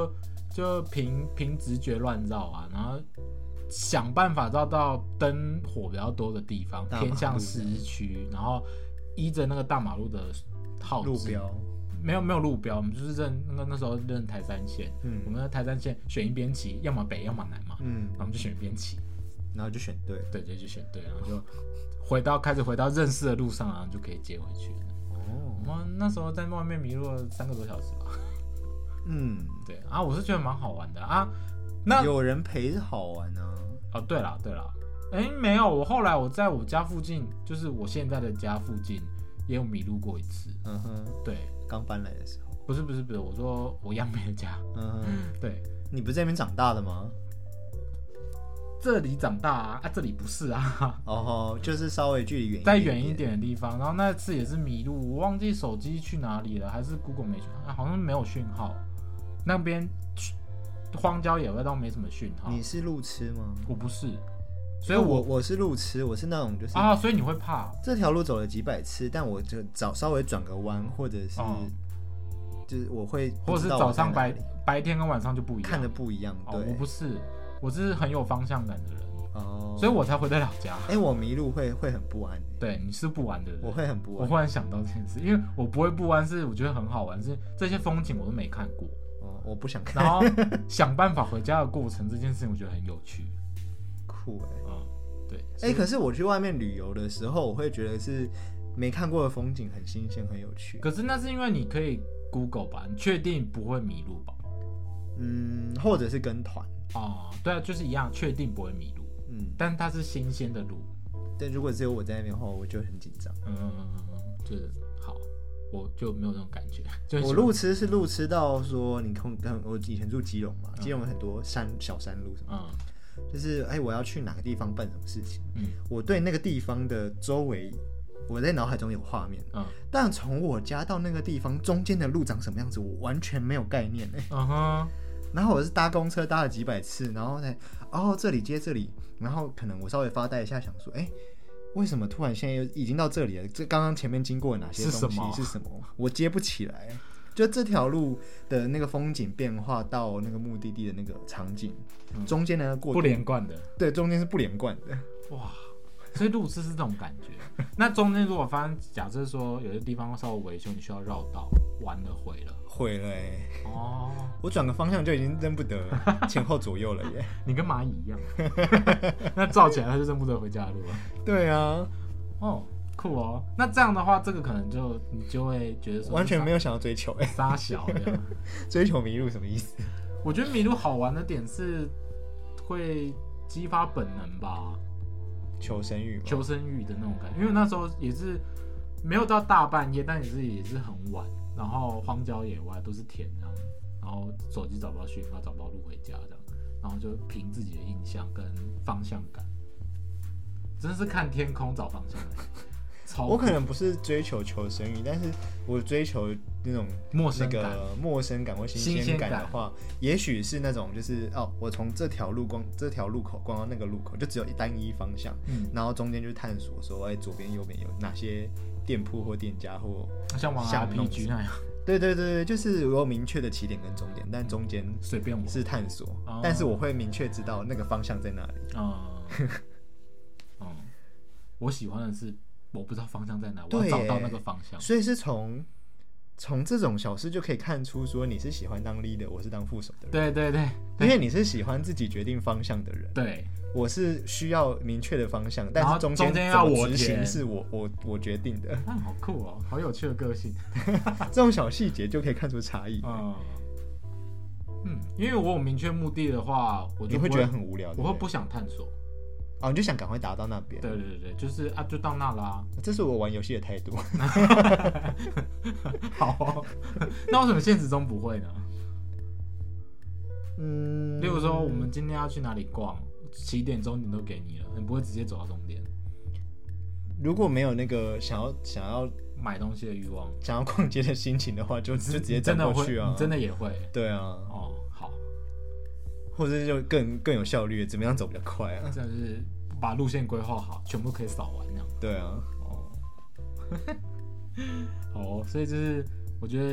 就凭凭直觉乱绕啊，然后想办法绕到灯火比较多的地方，偏向市区，然后依着那个大马路的号路标。 没有没有路标，我们就是认那个那时候认台三线，嗯，我们的台三线选一边骑，要么北要么南嘛，嗯，然后我们就选一边骑， 然后就选对， 对对就选对，然后就回到开始回到认识的路上，然后就可以接回去了。哦，我们那时候在外面迷路了三个多小时吧。嗯，对啊，我是觉得蛮好玩的啊。那有人陪是好玩啊。 哦，对啦对啦，哎没有，我后来我在我家附近，就是我现在的家附近也有迷路过一次。嗯哼，对。 刚搬来的时候， 不是不是不是，我说我杨梅的家，嗯，对， 你不是在那边长大的吗？ 这里长大啊，啊这里不是啊， 哦，就是稍微距离远， 再远一点的地方。然后那次也是迷路，我忘记手机去哪里了，还是 Google 没讯号，好像没有讯号，那边荒郊野外倒没什么讯号。 你是路痴吗？ 我不是。 所以我，我我是路痴，我是那种就是啊，所以你会怕这条路走了几百次，但我就早稍微转个弯，或者是、哦、就是我会或者是早上白白天跟晚上就不一样， 看的不一样。对、 哦，我不是，我是很有方向感的人哦，所以我才回得了家。 哎、欸，我迷路会会很不安。 对，你是不安的人， 我会很不安。 我忽然想到这件事，因为我不会不安，是我觉得很好玩，是这些风景我都没看过哦，我不想看。 然后想办法回家的过程，这件事情我觉得很有趣， 酷哎、欸。 嗯对， 哎、欸，可是我去外面旅游的时候，我会觉得是没看过的风景很新鲜、很有趣。 可是那是因为你可以 Google 吧，你确定不会迷路吧？ 嗯，或者是跟团哦，对啊，就是一样，确定不会迷路。嗯，但它是新鲜的路。 但如果只有我在那边的话，我就很紧张。 嗯嗯嗯嗯，就是好，我就没有那种感觉。就我路痴是路痴到说，你看，我以前住基隆嘛，基隆有很多山小山路什么。嗯。就是哎、欸，我要去哪个地方办什么事情？嗯，我对那个地方的周围，我在脑海中有画面。嗯，但从我家到那个地方中间的路长什么样子，我完全没有概念哎、欸。嗯哼。然后我是搭公车搭了几百次，然后才哦这里接这里，然后可能我稍微发呆一下，想说哎、欸，为什么突然现在又已经到这里了？这刚刚前面经过哪些东西是 什, 是什么？我接不起来。就这条路的那个风景变化到那个目的地的那个场景，嗯、中间呢过不连贯的， 对，中间是不连贯的。 哇，所以路痴是这种感觉。那中间如果发生，假设说有些地方稍微维修，你需要绕道，完了毁了， 毁了哎、欸。哦，我转个方向就已经认不得前后左右了耶。 你跟蚂蚁一样。那照起来他就认不得回家的路了。 对啊， 哦。酷哦，那这样的话，这个可能就你就会觉得说完全没有想要追求哎， 杀小这样追求迷路什么意思？ 我觉得迷路好玩的点是会激发本能吧， 求生欲， 求生欲的那种感觉。因为那时候也是没有到大半夜，但也是也是很晚，然后荒郊野外都是田这样，然后手机找不到讯号，找不到路回家这样，然后就凭自己的印象跟方向感，真的是看天空找方向感。 我可能不是追求求生欲，但是我追求那种陌生感、 那个陌生感或新鲜感的话，也许是那种就是哦，我从这条路光这条路口逛到那个路口，就只有一单一方向，嗯，然后中间就探索说，哎，左边右边有哪些店铺或店家或像玩 R P G 那样。 对对对，就是我有明确的起点跟终点，但中间随便我是探索，哦、但是我会明确知道那个方向在哪里。哦， 嗯，我喜欢的是。我不知道方向在哪，我要找到那个方向。 所以是从从这种小事就可以看出，说你是喜欢当 leader， 我是当副手的人。 对对对， 因为你是喜欢自己决定方向的人。 对， 我是需要明确的方向，但是中间要我执行是我我我决定的。 啊，好酷哦，好有趣的个性。 这种小细节就可以看出差异。嗯， 嗯，因为我有明确目的的话，我就你会觉得很无聊， 我会不想探索。 哦，你就想赶快达到那边。 对对对，就是啊，就到那啦、啊。 这是我玩游戏的态度。 好、哦，那为什么现实中不会呢？嗯，例如说，我们今天要去哪里逛，起点、终点都给你了，你不会直接走到终点。 如果没有那个想要想要买东西的欲望， 想要逛街的心情的话，就就直接走过去啊。 你真的也会？ 对啊。哦。或者就更更有效率，怎么样走比较快啊？ 这就是把路线规划好，全部可以扫完那样。 对啊， 哦，哦，所以就是我觉得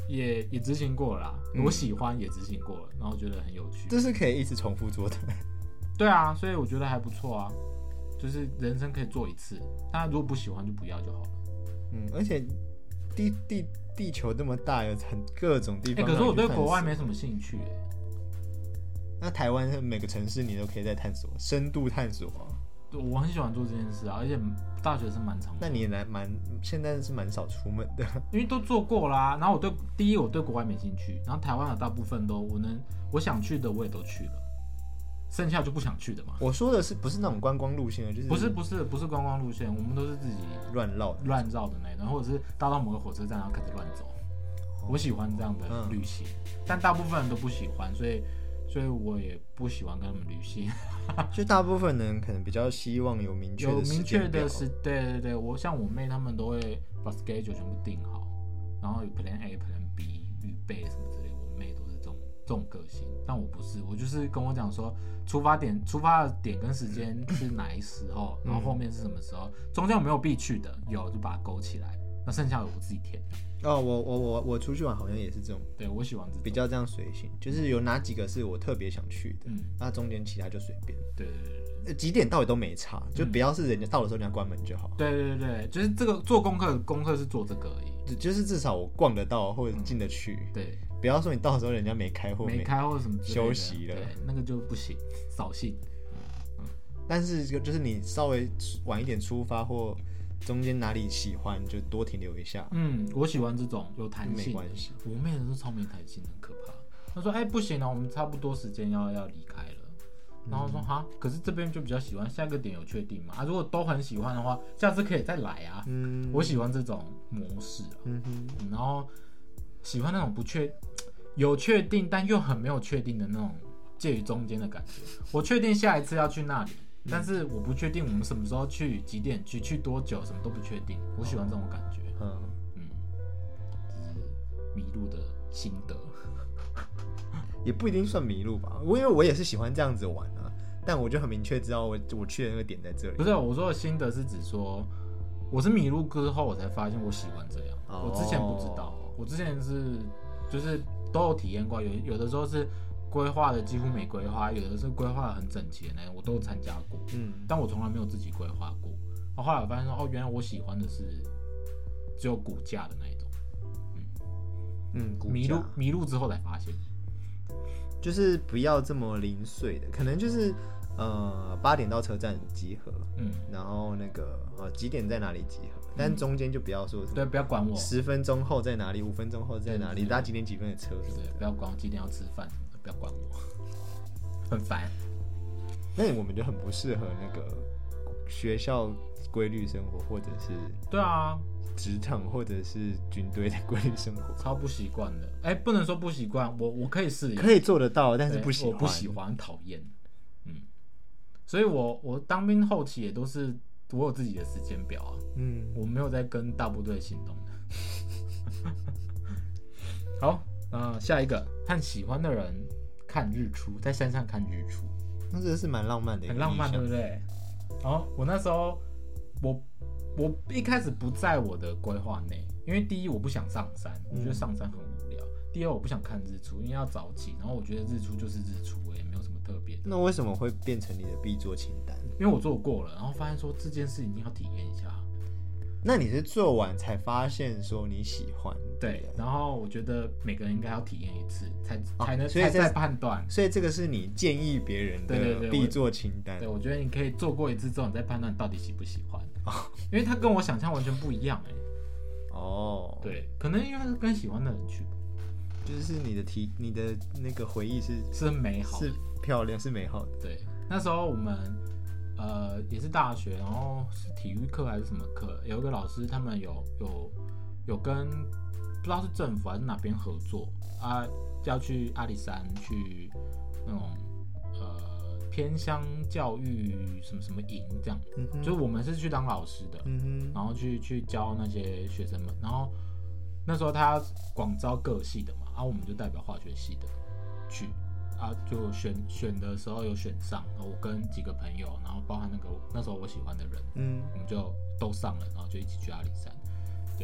也也执行过了啦、嗯，我喜欢也执行过了，然后觉得很有趣。 这是可以一直重复做的。 对啊，所以我觉得还不错啊，就是人生可以做一次，大家如果不喜欢就不要就好了。 嗯，而且地地地球那么大，有很各种地方、欸。 可是我对国外没什么兴趣、欸。 那台湾每个城市你都可以在探索，深度探索啊。 我很喜欢做这件事啊，而且大学是蛮长的。 那你也蛮现在是蛮少出门的， 因为都做过啦。然后我对第一我对国外没兴趣，然后台湾的大部分都我能我想去的我也都去了，剩下就不想去的嘛。 我说的是不是那种观光路线的，就是不是不是不是观光路线，我们都是自己乱绕乱绕的那种，或者是搭到某个火车站然后开始乱走。我喜欢这样的旅行，嗯、但大部分人都不喜欢，所以所以我也不喜欢跟他们旅行。 就大部分人可能比较希望有明确的有明确的时，对对对，我像我妹他们都会把 schedule 全部定好，然后有 plan A、plan B 预备什么之类，我妹都是这种这种个性，但我不是，我就是跟我讲说出发点、出发的点跟时间是哪一时候，然后后面是什么时候，中间有没有必去的，有就把它勾起来，那剩下的我自己填。 哦，我我我我出去玩好像也是这种， 对我喜欢这种比较这样随性，就是有哪几个是我特别想去的，嗯，那中间其他就随便。 对对对对， 几点到底都没差，就不要是人家到的时候人家关门就好。 对对对，就是这个做功课，功课是做这个而已， 就是至少我逛得到或者进得去。嗯、 对， 不要说你到的时候人家没开或没开或者什么休息了， 对，那个就不行，扫兴。 嗯，但是就是你稍微晚一点出发或中间哪里喜欢就多停留一下。 嗯，我喜欢这种有弹性， 没关系。 我妹人是超没弹性，很可怕。她说：“哎、欸，不行了，我们差不多时间要要离开了。”然后说：“哈，可是这边就比较喜欢，下一个点有确定吗？啊，如果都很喜欢的话，下次可以再来啊。”嗯，我喜欢这种模式啊。嗯哼，然后喜欢那种不确有确定但又很没有确定的那种介于中间的感觉。我确定下一次要去那里。但是我不确定我们什么时候去，几点去，去多久，什么都不确定。我喜欢这种感觉。嗯嗯，这是迷路的心得， 也不一定算迷路吧。因为我也是喜欢这样子玩啊，但我就很明确知道我我去的那个点在这里。 不是我说的心得是指说，我是迷路之后我才发现我喜欢这样。哦、我之前不知道，我之前是就是都有体验过，有有的时候是。规划的几乎没规划，有的是规划的很整齐的那种，我都有参加过。嗯，但我从来没有自己规划过。然后后来我发现说，哦，原来我喜欢的是只有骨架的那一种。嗯嗯，迷路迷路之后才发现， 就是不要这么零碎的，可能就是呃八点到车站集合，嗯，然后那个呃几点在哪里集合，但中间就不要说什么、 嗯、对，不要管我， 十分钟后在哪里，五分钟后在哪里，搭几点几分的车， 对，不要管我几点要吃饭。不要管我，很烦。 那我们就很不适合那个学校规律生活，或者是对啊， 职场或者是军队的规律生活， 超不习惯的。哎、欸，不能说不习惯，我我可以适应， 可以做得到，但是不喜欢， 我不喜欢，讨厌。嗯，所以我我当兵后期也都是我有自己的时间表啊，嗯，我没有在跟大部队行动的。好。呃，下一个和喜欢的人看日出，在山上看日出， 那真的是蛮浪漫的， 很浪漫，对不对？然后我那时候，我我一开始不在我的规划内，因为第一我不想上山，我觉得上山很无聊；嗯、第二我不想看日出，因为要早起，然后我觉得日出就是日出，也没有什么特别的。 那为什么会变成你的必做清单？ 因为我做过了，然后发现说这件事一定要体验一下。 那你是做完才发现说你喜欢， 对，然后我觉得每个人应该要体验一次，才、哦、才能才再判断。 所以这个是你建议别人的必做清单。 对， 对， 对， 我觉得你可以做过一次之后，你再判断你到底喜不喜欢。哦、因为他跟我想象完全不一样哎。哦，对，可能因为他是跟喜欢的人去， 就是你的体，你的那个回忆是是美好的， 是漂亮，是美好的。 对，那时候我们。呃，也是大学，然后是体育课还是什么课？有一个老师，他们有有有跟不知道是政府还是哪边合作啊，要去阿里山去那种呃偏乡教育什么什么营这样，嗯、就是我们是去当老师的，嗯、然后去去教那些学生们，然后那时候他广招各系的嘛，啊，我们就代表化学系的去。啊，就选选的时候有选上，然后我跟几个朋友，然后包含那个那时候我喜欢的人，嗯，我们就都上了，然后就一起去阿里山，对，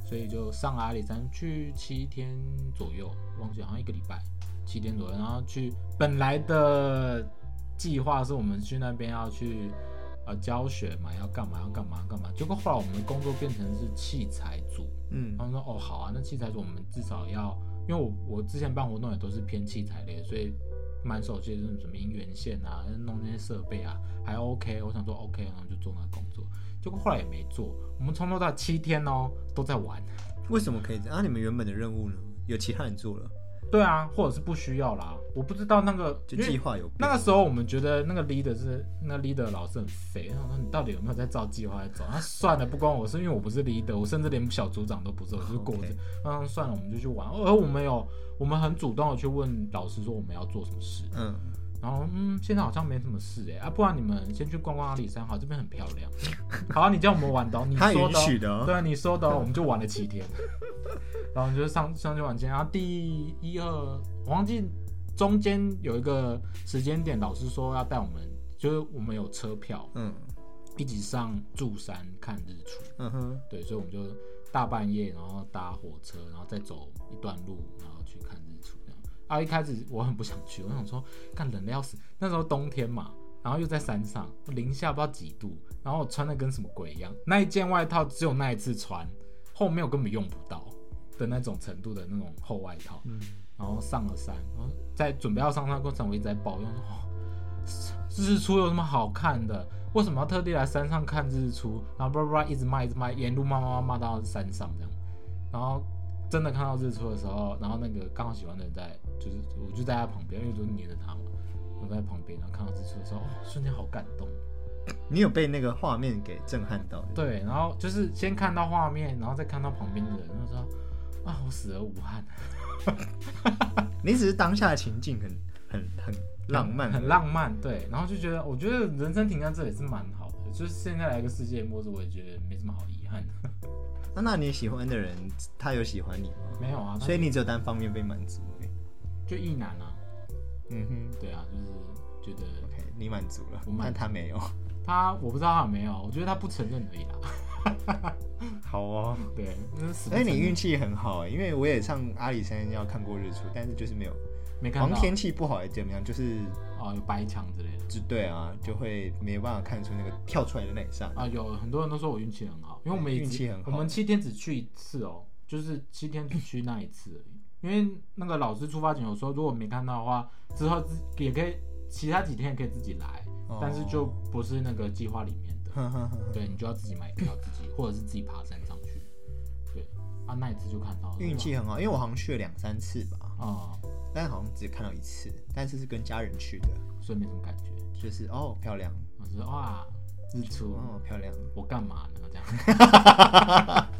所以就上阿里山去七天左右，忘记好像一个礼拜，七天左右，然后去本来的计划是我们去那边要去呃教学嘛，要干嘛要干嘛要干嘛，结果后来我们的工作变成是器材组，嗯，他们说哦好啊，那器材组我们至少要，因为我我之前办活动也都是偏器材类，所以蛮熟悉的是什么音源线啊，弄那些设备啊，还 OK， 我想说 OK， 然后就做那个工作。结果后来也没做，我们从头到七天哦都在玩。 为什么可以这样？啊，你们原本的任务呢？有其他人做了？ 对啊，或者是不需要啦，我不知道那个就计划有变。 那个时候我们觉得那个 leader 是那 leader 老师很废，他说你到底有没有在照计划来走？那算了，不关我事，因为我不是 leader， 我甚至连小组长都不是，我就是过着。那、okay. 算了，我们就去玩。而我们有，我们很主动的去问老师说我们要做什么事。嗯。然后嗯，现在好像没什么事哎、欸、啊，不然你们先去逛逛阿里山，好，这边很漂亮。好，你叫我们玩的、喔，你说的、喔， 他允许的、喔， 对啊，你说的、喔，我们就玩了七天。然后就上上去玩前，然后第一二，我忘记中间有一个时间点，老师说要带我们，就是我们有车票，嗯，一起上柱山看日出，嗯哼，对，所以我们就大半夜，然后搭火车，然后再走一段路，然后去看日出。啊，一开始我很不想去，我想说，干冷的要死。那时候冬天嘛，然后又在山上，零下不知道几度，然后我穿的跟什么鬼一样。那一件外套只有那一次穿，后面我根本用不到的那种程度的那种厚外套。嗯、然后上了山，然后在准备要上山的过程，我一直在抱怨说：“哦，日出有什么好看的？为什么要特地来山上看日出？”然后叭叭叭一直骂，一直骂，沿路骂骂骂骂到山上这样，然后。真的看到日出的时候，然后那个刚好喜欢的人在，就是我就在他旁边，因为就是黏着他嘛，我在旁边，然后看到日出的时候，哦，瞬间好感动。 你有被那个画面给震撼到？ 对，然后就是先看到画面，然后再看到旁边的人，然后说啊，我死而无憾。 你只是当下的情境很很很浪漫， 很浪漫，对，然后就觉得，我觉得人生停在这里是蛮好的，就是现在来个世界末日，我也觉得没什么好遗憾的。 啊、那你喜欢的人，他有喜欢你吗？ 没有啊， 所以你只有单方面被满足、欸， 就异男啊。嗯哼，对啊，就是觉得 OK， 你滿足了，但他没有。 他我不知道他有没有，我觉得他不承认而已啦。 好哦， 对， 哎，你运气很好、欸，因为我也上阿里山要看过日出，但是就是没有， 没看到。 好像天气不好还是怎么样，就是哦有白墙之类的。 就对啊，就会没有办法看出那个跳出来的那一刹那。 啊，有很多人都说我运气很好，因为我们运气很好， 我们七天只去一次哦，就是七天只去那一次而已。因为那个老师出发前有说，如果没看到的话，之后也可以，其他几天也可以自己来，哦、但是就不是那个计划里面的。呵呵呵对，你就要自己买票，自己或者是自己爬山上去。对，啊，那一次就看到了。 运气很好，因为我好像去了两三次吧。啊、嗯，但好像只看到一次，但是是跟家人去的， 所以没什么感觉。 就是哦，漂亮， 我说哇，日出哦，漂亮， 我干嘛呢？这样，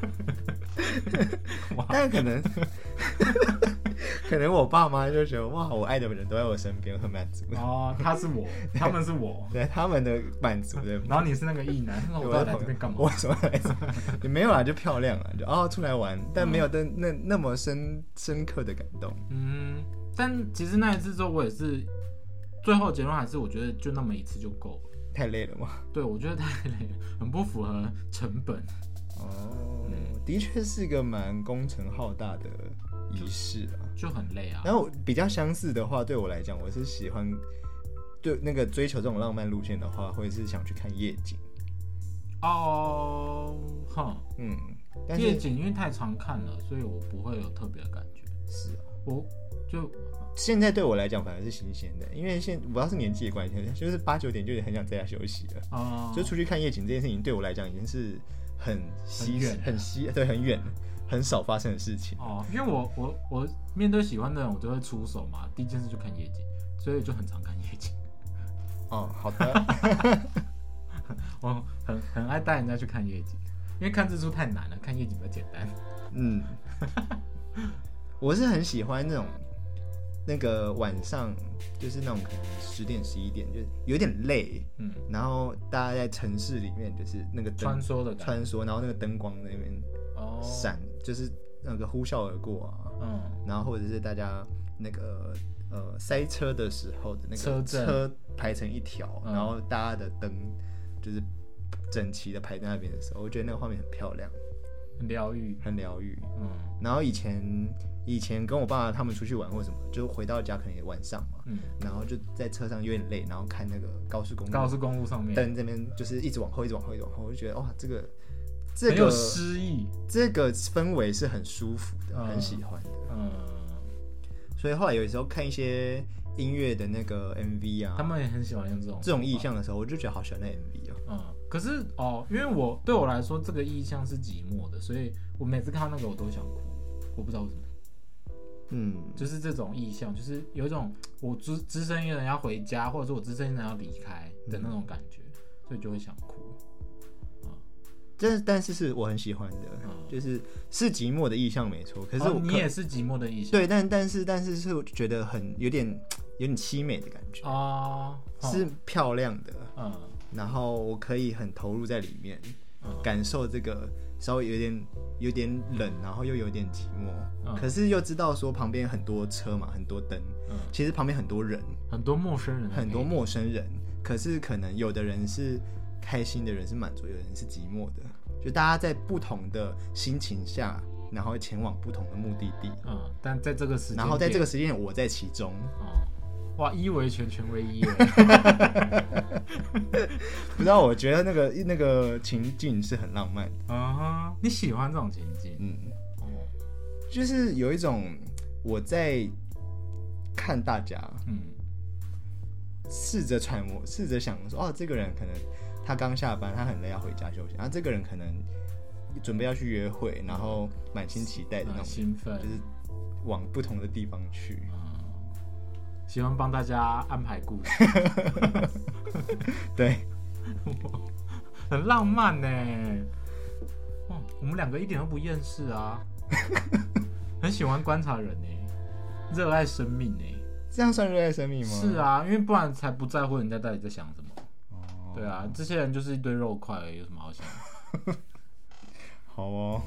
但可能，可能我爸妈就觉得哇，我爱的人都在我身边，很满足。 哦，他是我，他们是我， 对他们的满足对。 然后你是那个异男，那我到底来这边干嘛？ 我什么来着？也没有啦，就漂亮啊，就哦出来玩，但没有的那那么深深刻的感动。 嗯，但其实那一次之后，我也是。最后结论还是我觉得就那么一次就够了。 太累了吗？ 对，我觉得太累了，很不符合成本。 哦，嗯、的确是个蛮工程浩大的仪式啊， 就很累啊。 然后比较相似的话，对我来讲，我是喜欢对那个追求这种浪漫路线的话，会是想去看夜景。 哦，哼， 嗯， 但是夜景因为太常看了，所以我不会有特别的感觉。 是啊， 我就。 现在对我来讲反而是新鲜的，因为现我要是年纪的关系，就是八九点就很想在家休息了。哦，就出去看夜景这件事情对我来讲已经是很稀很稀对很远很少发生的事情。 哦，因为我我我面对喜欢的人，我就会出手嘛，第一件事就看夜景，所以就很常看夜景。 哦，好的。 我很很爱带人家去看夜景，因为看日出太难了，看夜景比较简单。嗯， 我是很喜欢那种。那个晚上就是那种可能十点十一点，就是有点累，嗯，然后大家在城市里面就是那个穿梭的穿梭，然后那个灯光在那边闪，哦，就是那个呼啸而过啊，嗯，然后或者是大家那个呃塞车的时候的那个车排成一条，嗯，然后大家的灯就是整齐的排在那边的时候，我觉得那个画面很漂亮。 很疗愈， 很疗愈。 嗯， 然后以前以前跟我爸他们出去玩或什么，就回到家可能也晚上嘛，嗯，然后就在车上有点累，然后看那个高速公路， 高速公路上面灯这边就是一直往后，一直往后，一直往后，我就觉得哇，这个这个很有诗意， 这个氛围是很舒服的，嗯、很喜欢的，嗯。所以后来有时候看一些音乐的那个 M V 啊， 他们也很喜欢用这种这种意象的时候，我就觉得好喜欢那 M V 哦。 嗯，可是哦，因为我对我来说这个意象是寂寞的，所以我每次看到那个我都想哭，我不知道为什么。嗯，就是这种意象，就是有一种我只只身一人要回家，或者说我只身一人要离开的那种感觉，嗯、所以就会想哭。 但但是是我很喜欢的，嗯、就是是寂寞的意象没错。可是我、 哦、你也是寂寞的意象， 对，但但是但是是觉得很有点有点凄美的感觉哦，是漂亮的，嗯，然后我可以很投入在里面，嗯、感受这个稍微有点有点冷，然后又有点寂寞，嗯、可是又知道说旁边很多车嘛，很多灯，嗯、其实旁边很多人， 很多陌生人， 很多陌生人，可是可能有的人是开心的人是满足，有人是寂寞的，就大家在不同的心情下，然后前往不同的目的地。 嗯，但在这个时间， 然后在这个时间我在其中。 哦，哇，一为全，全为一。 不知道，我觉得那个那个情境是很浪漫的。 啊、uh-huh, 你喜欢这种情境？嗯， 哦，就是有一种我在看大家，嗯，试着揣摩，试着想说，哦，这个人可能。他刚下班，他很累，要回家休息。然后这个人可能准备要去约会，然后满心期待的那种兴奋， 就是往不同的地方去。 嗯、喜欢帮大家安排故事， 对， 很浪漫呢。哇，我们两个一点都不厌世啊，很喜欢观察人呢，热爱生命呢。 这样算热爱生命吗？ 是啊，因为不然才不在乎人家到底在想什么。对啊，这些人就是一堆肉块而已，有什么好想的？ 好哦，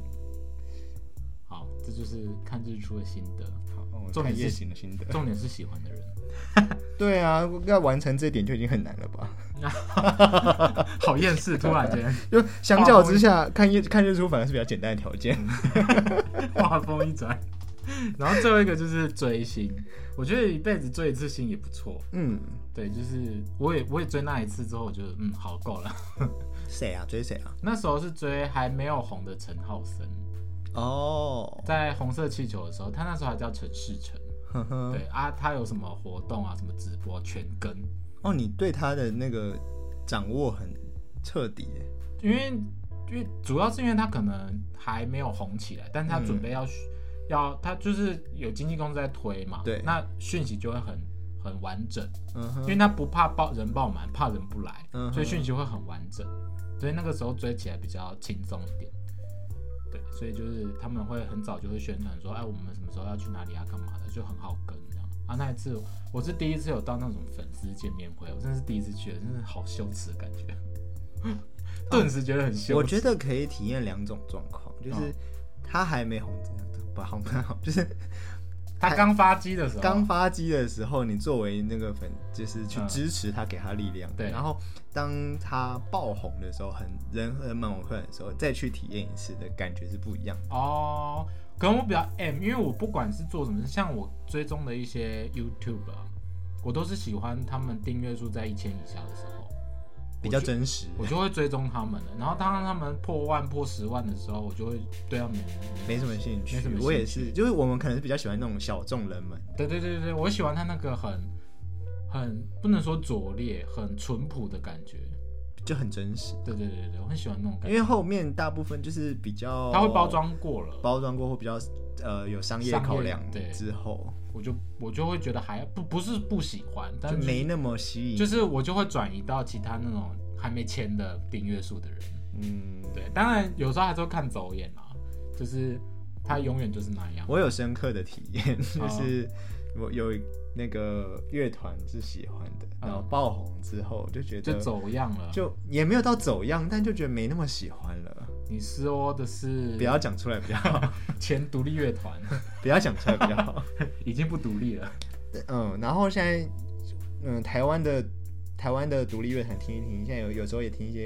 好，这就是看日出的心得。 好，重点是夜景的心得。 重点是喜欢的人。 对啊，要完成这一点就已经很难了吧？好厌世，突然间。 就相较之下，看夜看日出反而是比较简单的条件。 话锋一转。然后最后一个就是追星，我觉得一辈子追一次星也不错。嗯，对，就是我也我也追那一次之后，我就嗯好够了。 谁啊？追谁啊？ 那时候是追还没有红的陈浩森。哦，在红色气球的时候，他那时候还叫陈世成。对啊，他有什么活动啊，什么直播全跟。 哦，你对他的那个掌握很彻底耶。 因为因为主要是因为他可能还没有红起来，但他准备要。嗯要他就是有经纪公司在推嘛， 对， 那讯息就会很很完整，嗯，因为他不怕爆人爆满，怕人不来，嗯，所以讯息会很完整，所以那个时候追起来比较轻松一点，对，所以就是他们会很早就会宣传说，哎，我们什么时候要去哪里啊，干嘛的，就很好跟这样。啊，那一次我是第一次有到那种粉丝见面会，我真的是第一次去的，真的好羞耻的感觉，顿时觉得很羞耻。 我觉得可以体验两种状况，就是他还没红这样。不好不好，就是他刚发机的时候， 刚发机的时候，你作为那个粉，就是去支持他，给他力量。 对、嗯。 然后当他爆红的时候，很人很满我的时候，再去体验一次的感觉是不一样的。 哦，可能我比较 M， 因为我不管是做什么事，像我追踪的一些 YouTube， 我都是喜欢他们订阅数在一千以下的时候。 比较真实， 我就会追踪他们了。然后当他们破万、破十万的时候，我就会对他们没什么兴趣。没什么兴趣，我也是，就是我们可能是比较喜欢那种小众人们。 对对对对，我喜欢他那个很很不能说拙劣，很淳朴的感觉， 就很真实。 对对对对，我很喜欢那种感觉。 因为后面大部分就是比较， 他会包装过了， 包装过后比较呃有商业考量之后。 我就我就会觉得还不不是不喜欢，但是、 就没那么吸引， 就是我就会转移到其他那种还没签的订阅数的人。嗯，对，当然有时候还是会看走眼啦，就是他永远就是那样。 我有深刻的体验，就是我有那个乐团是喜欢的，然后爆红之后就觉得就走样了， 就也没有到走样，但就觉得没那么喜欢了。 你说的是不要讲出来比较好， 前独立乐团不要讲出来比较好， 已经不独立了。 嗯，然后现在嗯台湾的台湾的独立乐团听一听，现在有有时候也听一些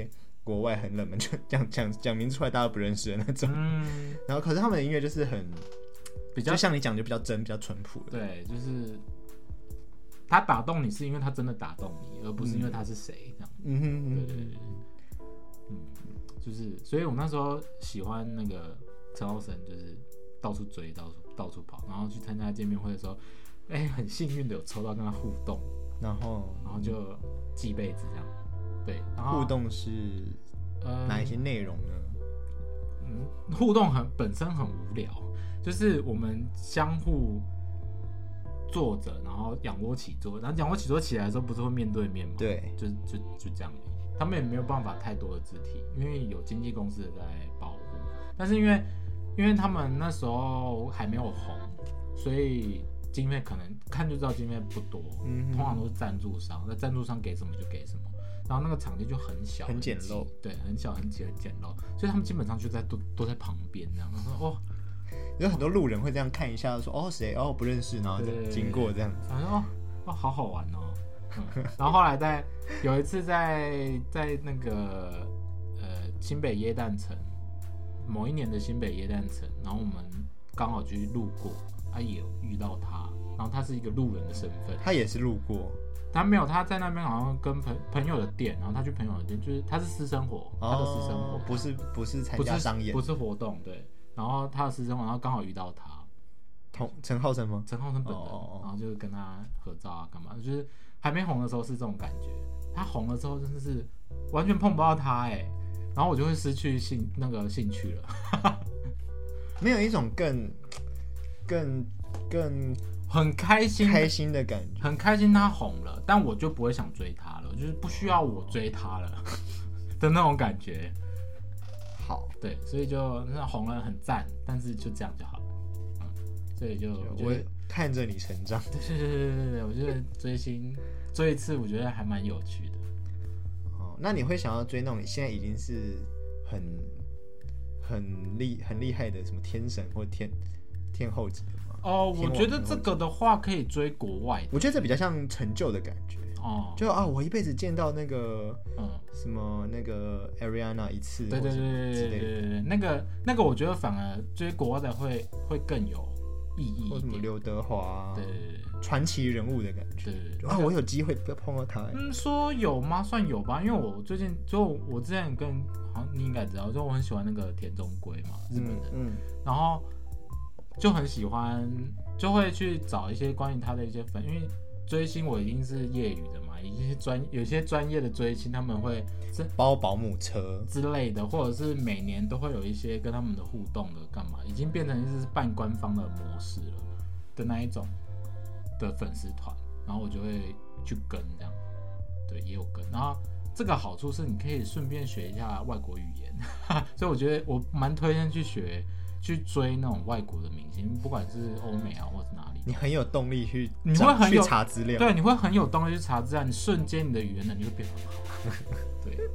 国外很冷门，就讲讲讲名字出来大家都不认识的那种。嗯，然后可是他们的音乐就是很比较就像你讲，就比较真、比较淳朴的。 对，就是他打动你是因为他真的打动你，而不是因为他是谁这样。嗯哼哼，对对对，嗯，就是所以我那时候喜欢那个陈浩森，就是到处追、到处到处跑，然后去参加见面会的时候，哎、欸，很幸运的有抽到跟他互动， 然后然后就记辈子这样。对，然后互动是呃哪一些内容呢？ 嗯，互动很本身很无聊，就是我们相互坐着，然后仰卧起坐，然后仰卧起坐起来的时候不是会面对面吗？ 对， 就就就这样。他们也没有办法太多的肢体，因为有经纪公司在保护。但是因为因为他们那时候还没有红，所以经费可能看就知道经费不多，嗯，通常都是赞助商，那赞助商给什么就给什么。然后那个场地就很小， 很简陋， 对，很小很挤很简陋，所以他们基本上就在都都在旁边这样。说哦， 有很多路人会这样看一下，说哦谁哦不认识，然后就经过这样子， 然后哦哦好好玩哦。嗯、然后后来在有一次在在那个呃新北耶诞城某一年的新北耶诞城，然后我们刚好去路过，啊也有遇到他，然后他是一个路人的身份， 他也是路过。 他没有，他在那边好像跟朋朋友的店，然后他去朋友的店，就是他是私生活，哦、他的私生活不是不是参加商演， 不是活动，对。然后他的私生活，然后刚好遇到他， 同陈浩森吗？ 陈浩森本人，哦、然后就跟他合照啊，干嘛？就是还没红的时候是这种感觉，他红了之后真的是完全碰不到他哎，然后我就会失去兴那个兴趣了。 没有一种更更更。 很开心， 开心的感觉， 很开心他红了，但我就不会想追他了，就是不需要我追他了的那种感觉。 好， 对，所以就那红了很赞，但是就这样就好了。嗯，所以就我看着你成长。 对对对对对，我觉得追星追一次，我觉得还蛮有趣的。 哦，那你会想要追那种你现在已经是很很厉很厉害的什么天神或天天后级的？ 哦，我觉得这个的话可以追国外的， 我觉得这比较像成就的感觉。哦，就啊，我一辈子见到那个，嗯，什么那个 Ariana 一次， 对对对对对对对，那个那个，我觉得反而追国外的会会更有意义一点。 或什么刘德华， 对对对， 传奇人物的感觉。对对对，啊，我有机会碰到他。 嗯，说有吗？算有吧，因为我最近就我之前跟好像你应该知道，就我很喜欢那个田中圭嘛，日本人，嗯，然后。就很喜欢，就会去找一些关于他的一些粉，因为追星我已经是业余的嘛，一些专有些专业的追星，他们会包保姆车之类的，或者是每年都会有一些跟他们的互动的干嘛，已经变成是半官方的模式了的那一种的粉丝团，然后我就会去跟这样，对，也有跟，然后这个好处是你可以顺便学一下外国语言，所以我觉得我蛮推荐去学。去追那种外国的明星，不管是欧美啊，或是哪里， 你很有动力去， 你会很有去查资料， 对，你会很有动力去查资料，你瞬间你的语言能力会变很好，对，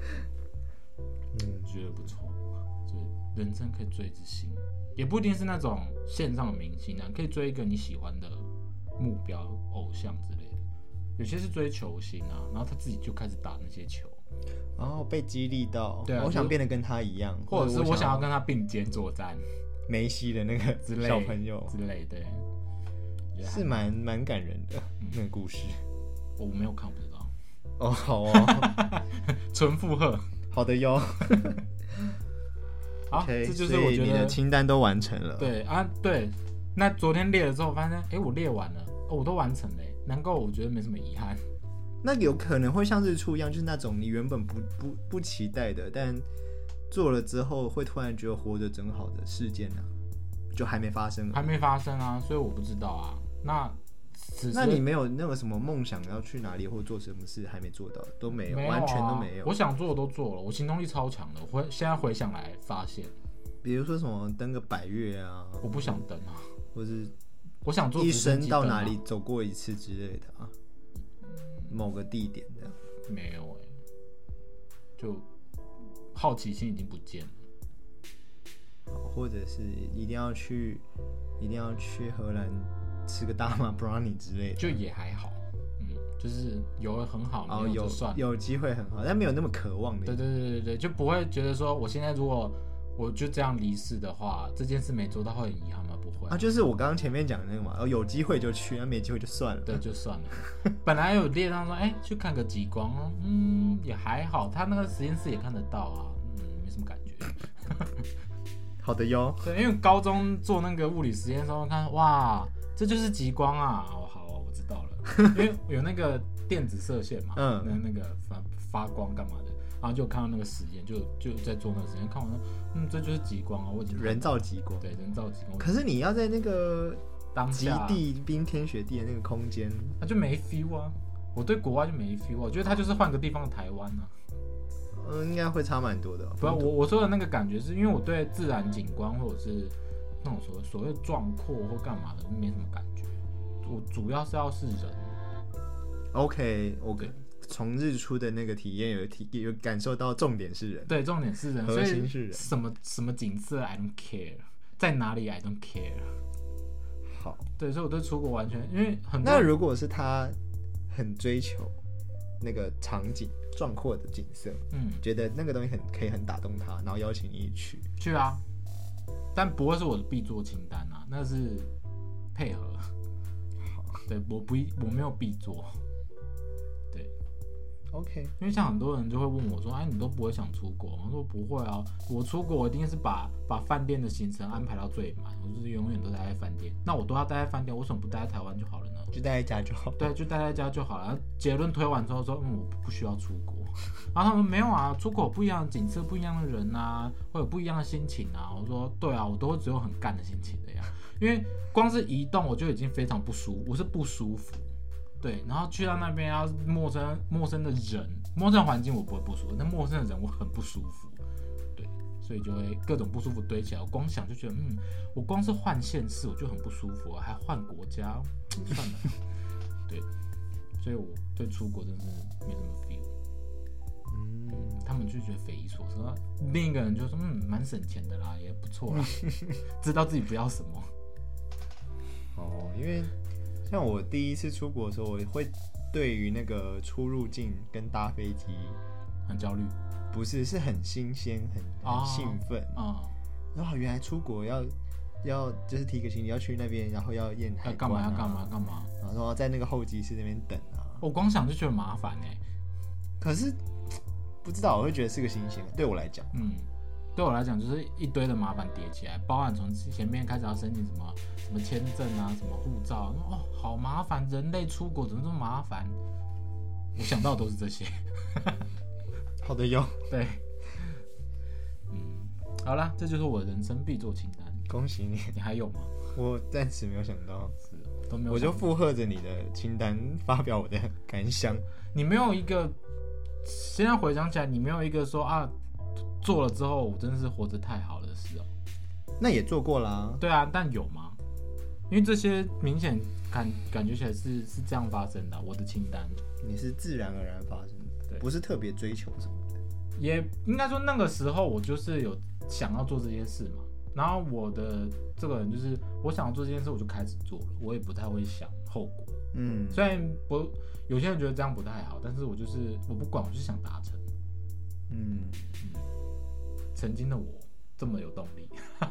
嗯，觉得不错，就是人生可以追一支星，也不一定是那种线上的明星啊，你可以追一个你喜欢的目标偶像之类的，有些是追球星啊，然后他自己就开始打那些球。 然后被激励到， 对啊， 我想变得跟他一样， 或者是我想要跟他并肩作战， 梅西的那个小朋友之类的， 是蛮蛮感人的、嗯、那个故事。 我没有看，不知道。 哦，好哦， 纯附和。 好的哟。 好， okay, 这就是我觉得你的清单都完成了。 对啊，对。那昨天列了之后，发现哎，我列完了，哦，我都完成了，难怪我觉得没什么遗憾。 那有可能会像日出一样，就是那种你原本不不不期待的，但做了之后会突然觉得活得真好的事件啊，就还没发生， 还没发生啊，所以我不知道啊。那那你没有那个什么梦想要去哪里或做什么事还没做到，都没有，没有啊、完全都没有。 我想做的都做了，我行动力超强的。我现在回想来发现， 比如说什么登个百岳啊， 我不想登啊， 或是我想做一生到哪里走过一次之类的啊。某个地点这样没有哎、欸，就好奇心已经不见了。 或者是一定要去，一定要去荷兰吃个大马 brownie 之类的， 就也还好。嗯， 就是有很好， 哦， 没有就算了， 有有机会很好，但没有那么渴望的。 对对对对对，就不会觉得说我现在如果我就这样离世的话，这件事没做到会很遗憾吗？不会啊，就是我刚刚前面讲的那个嘛，哦，有机会就去，那没机会就算了。 对，就算了。本来有列上说，哎、欸，去看个极光哦，嗯，也还好，他那个实验室也看得到啊，嗯，没什么感觉。 好的哟。 对，因为高中做那个物理实验的时候，看哇，这就是极光啊！哦，好、哦，我知道了，因为有那个电子射线嘛，嗯，那那个发发光干嘛的，然后就看到那个实验，就就在做那个实验，看完说，嗯，这就是极光啊，我已经人造极光， 对，人造极光。 可是你要在那个当下极地冰天雪地的那个空间， 那就没 feel 啊。我对国外就没 feel， 我觉得它就是换个地方的台湾啊。 嗯，应该会差蛮多的。 不，我我说的那个感觉是因为我对自然景观或者是那种所谓所谓壮阔或干嘛的没什么感觉。我主要是要是人。 OK， 我从日出的那个体验有体有感受到重点是人。 对，重点是人， 核心是人。 什么什么景色 I don't care， 在哪里 I don't care。 好， 对，所以我对出国完全因为很多。 那如果是他很追求那个场景壮阔的景色，嗯，觉得那个东西很可以很打动他，然后邀请你一起去去啊，但不会是我的必做清单啊，那是配合。好，对，我不我没有必做。对 ，OK， 因为像很多人就会问我说：“哎，你都不会想出国？”我说：“不会啊，我出国我一定是把把饭店的行程安排到最满，我就是永远都待在饭店。那我都要待在饭店，我为什么不待在台湾就好了呢？ 就待在家就好。 对，就待在家就好了。然后结论推完之后说：嗯，我不需要出国。然后他们没有啊，出国有不一样的景色，不一样的人啊，会有不一样的心情啊。我说：对啊，我都会只有很干的心情的呀，因为光是移动我就已经非常不舒服，我是不舒服。对，然后去到那边要陌生陌生的人。陌生环境我不会不舒服，但陌生的人我很不舒服，对，所以就会各种不舒服堆起来。我光想就觉得，嗯，我光是换县市我就很不舒服，还换国家，算了，对，所以我对出国真的是没什么 feel。嗯，他们就觉得匪夷所思，另一个人就说，嗯，蛮省钱的啦，也不错啦，知道自己不要什么。 哦，因为像我第一次出国的时候，我会。对于那个出入境跟搭飞机很焦虑， 不是，是很新鲜，很很兴奋啊！然后原来出国要要就是提个行李要去那边，然后要验海关、啊， 要干嘛要干嘛干嘛， 然后在那个候机室那边等啊。 我光想就觉得麻烦哎、欸， 可是不知道，我会觉得是个新鲜，对我来讲， 嗯。对我来讲，就是一堆的麻烦叠起来，包含从前面开始要申请什么什么签证啊，什么护照，哦，好麻烦！人类出国怎么这么麻烦？我想到的都是这些。 好的哟， 对，嗯，好啦，这就是我人生必做清单。 恭喜你， 你还有吗？ 我暂时没有想到， 是都没有， 我就附和着你的清单发表我的感想。 你没有一个，现在回想起来，你没有一个说啊。做了之后，我真的是活得太好了的事哦。 那也做过啦。 对啊，但有吗？因为这些明显感感觉起来是是这样发生的、啊。我的清单， 你是自然而然发生的，对，不是特别追求什么的。 也应该说那个时候我就是有想要做这件事嘛。然后我的这个人就是我想要做这件事，我就开始做了，我也不太会想后果。嗯，虽然不有些人觉得这样不太好，但是我就是我不管，我就是想达成。嗯嗯。曾经的我这么有动力，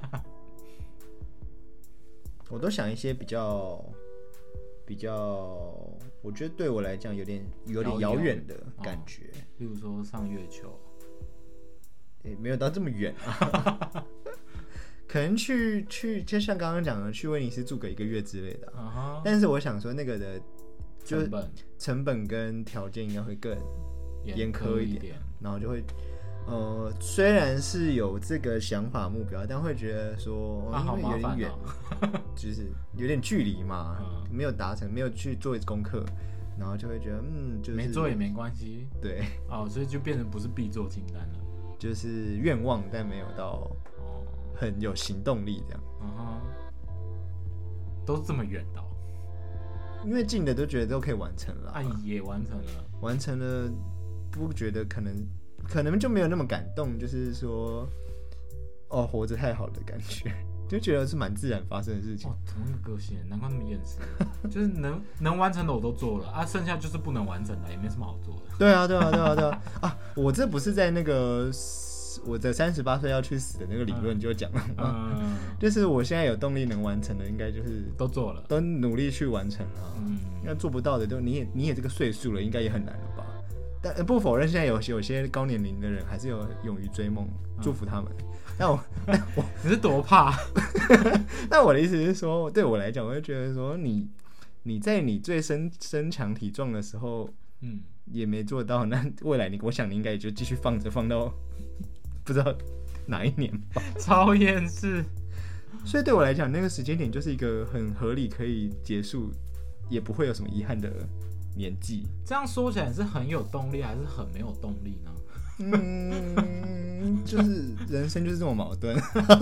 我都想一些比较比较，我觉得对我来讲有点有点遥远的感觉、哦， 例如说上月球， 也、欸、没有到这么远啊，可能去去，就像刚刚讲的，去威尼斯住个一个月之类的、啊 uh-huh. 但是我想说那个的就成本成本跟条件应该会更严苛一 点, 一点，然后就会。呃，虽然是有这个想法目标，但会觉得说， 啊、 因为有点远、 哦， 就是有点距离嘛、嗯，没有达成，没有去做功课，然后就会觉得，嗯，就是没做也没关系， 对， 哦，所以就变成不是必做清单了， 就是愿望，但没有到很有行动力这样， 嗯哼，都是这么远的、哦， 因为近的都觉得都可以完成了， 啊，也完成了， 完成了，不觉得可能。可能就没有那么感动，就是说，哦，活着太好的感觉。 就觉得是蛮自然发生的事情。 哦，同一个个性，难怪那么厌世。就是能能完成的我都做了啊，剩下就是不能完成的，也没什么好做的。 对啊，对啊，对啊，对啊！啊，我这不是在那个我的三十八岁要去死的那个理论就讲了吗？嗯，就是我现在有动力能完成的，应该就是都做了， 都努力去完成了。嗯，那做不到的，都你也你也这个岁数了，应该也很难了吧？但不否认，现在有有些高年龄的人还是有勇于追梦，祝福他们。嗯，但我，但我你是多怕？ 但我的意思是说，对我来讲，我会觉得说你，你在你最身身强体壮的时候，嗯，也没做到，那未来你，我想你应该也就继续放着，放到不知道哪一年吧。 超厌世。 所以对我来讲，那个时间点就是一个很合理可以结束，也不会有什么遗憾的年纪。 这样说起来是很有动力，还是很没有动力呢？ 嗯，就是人生就是这么矛盾。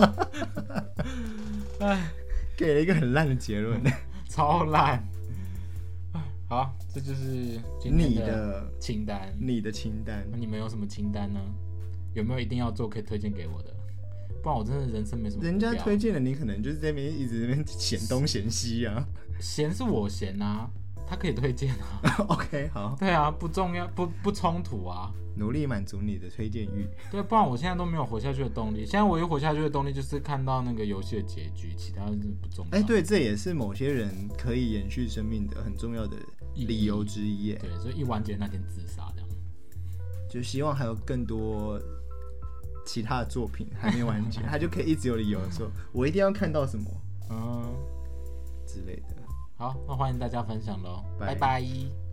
哎，给了一个很烂的结论， 超烂。好，这就是今天的清单。 你的清单， 那你们有什么清单呢？有没有一定要做可以推荐给我的？不然我真的人生没什么目标。 人家推荐的，你可能就是在那边一直在那边嫌东嫌西啊。 嫌是我嫌啊，他可以推荐啊。 OK， 好。 对啊，不重要，不不冲突啊。 努力满足你的推荐欲。 对，不然我现在都没有活下去的动力。现在我有活下去的动力就是看到那个游戏的结局，其他的不重要。 哎、欸，对，这也是某些人可以延续生命的很重要的理由之一耶。 对，所以一完结那天自杀这样。 就希望还有更多其他的作品还没完结，他就可以一直有理由说，我一定要看到什么，嗯之类的。 好，那欢迎大家分享喽，拜拜。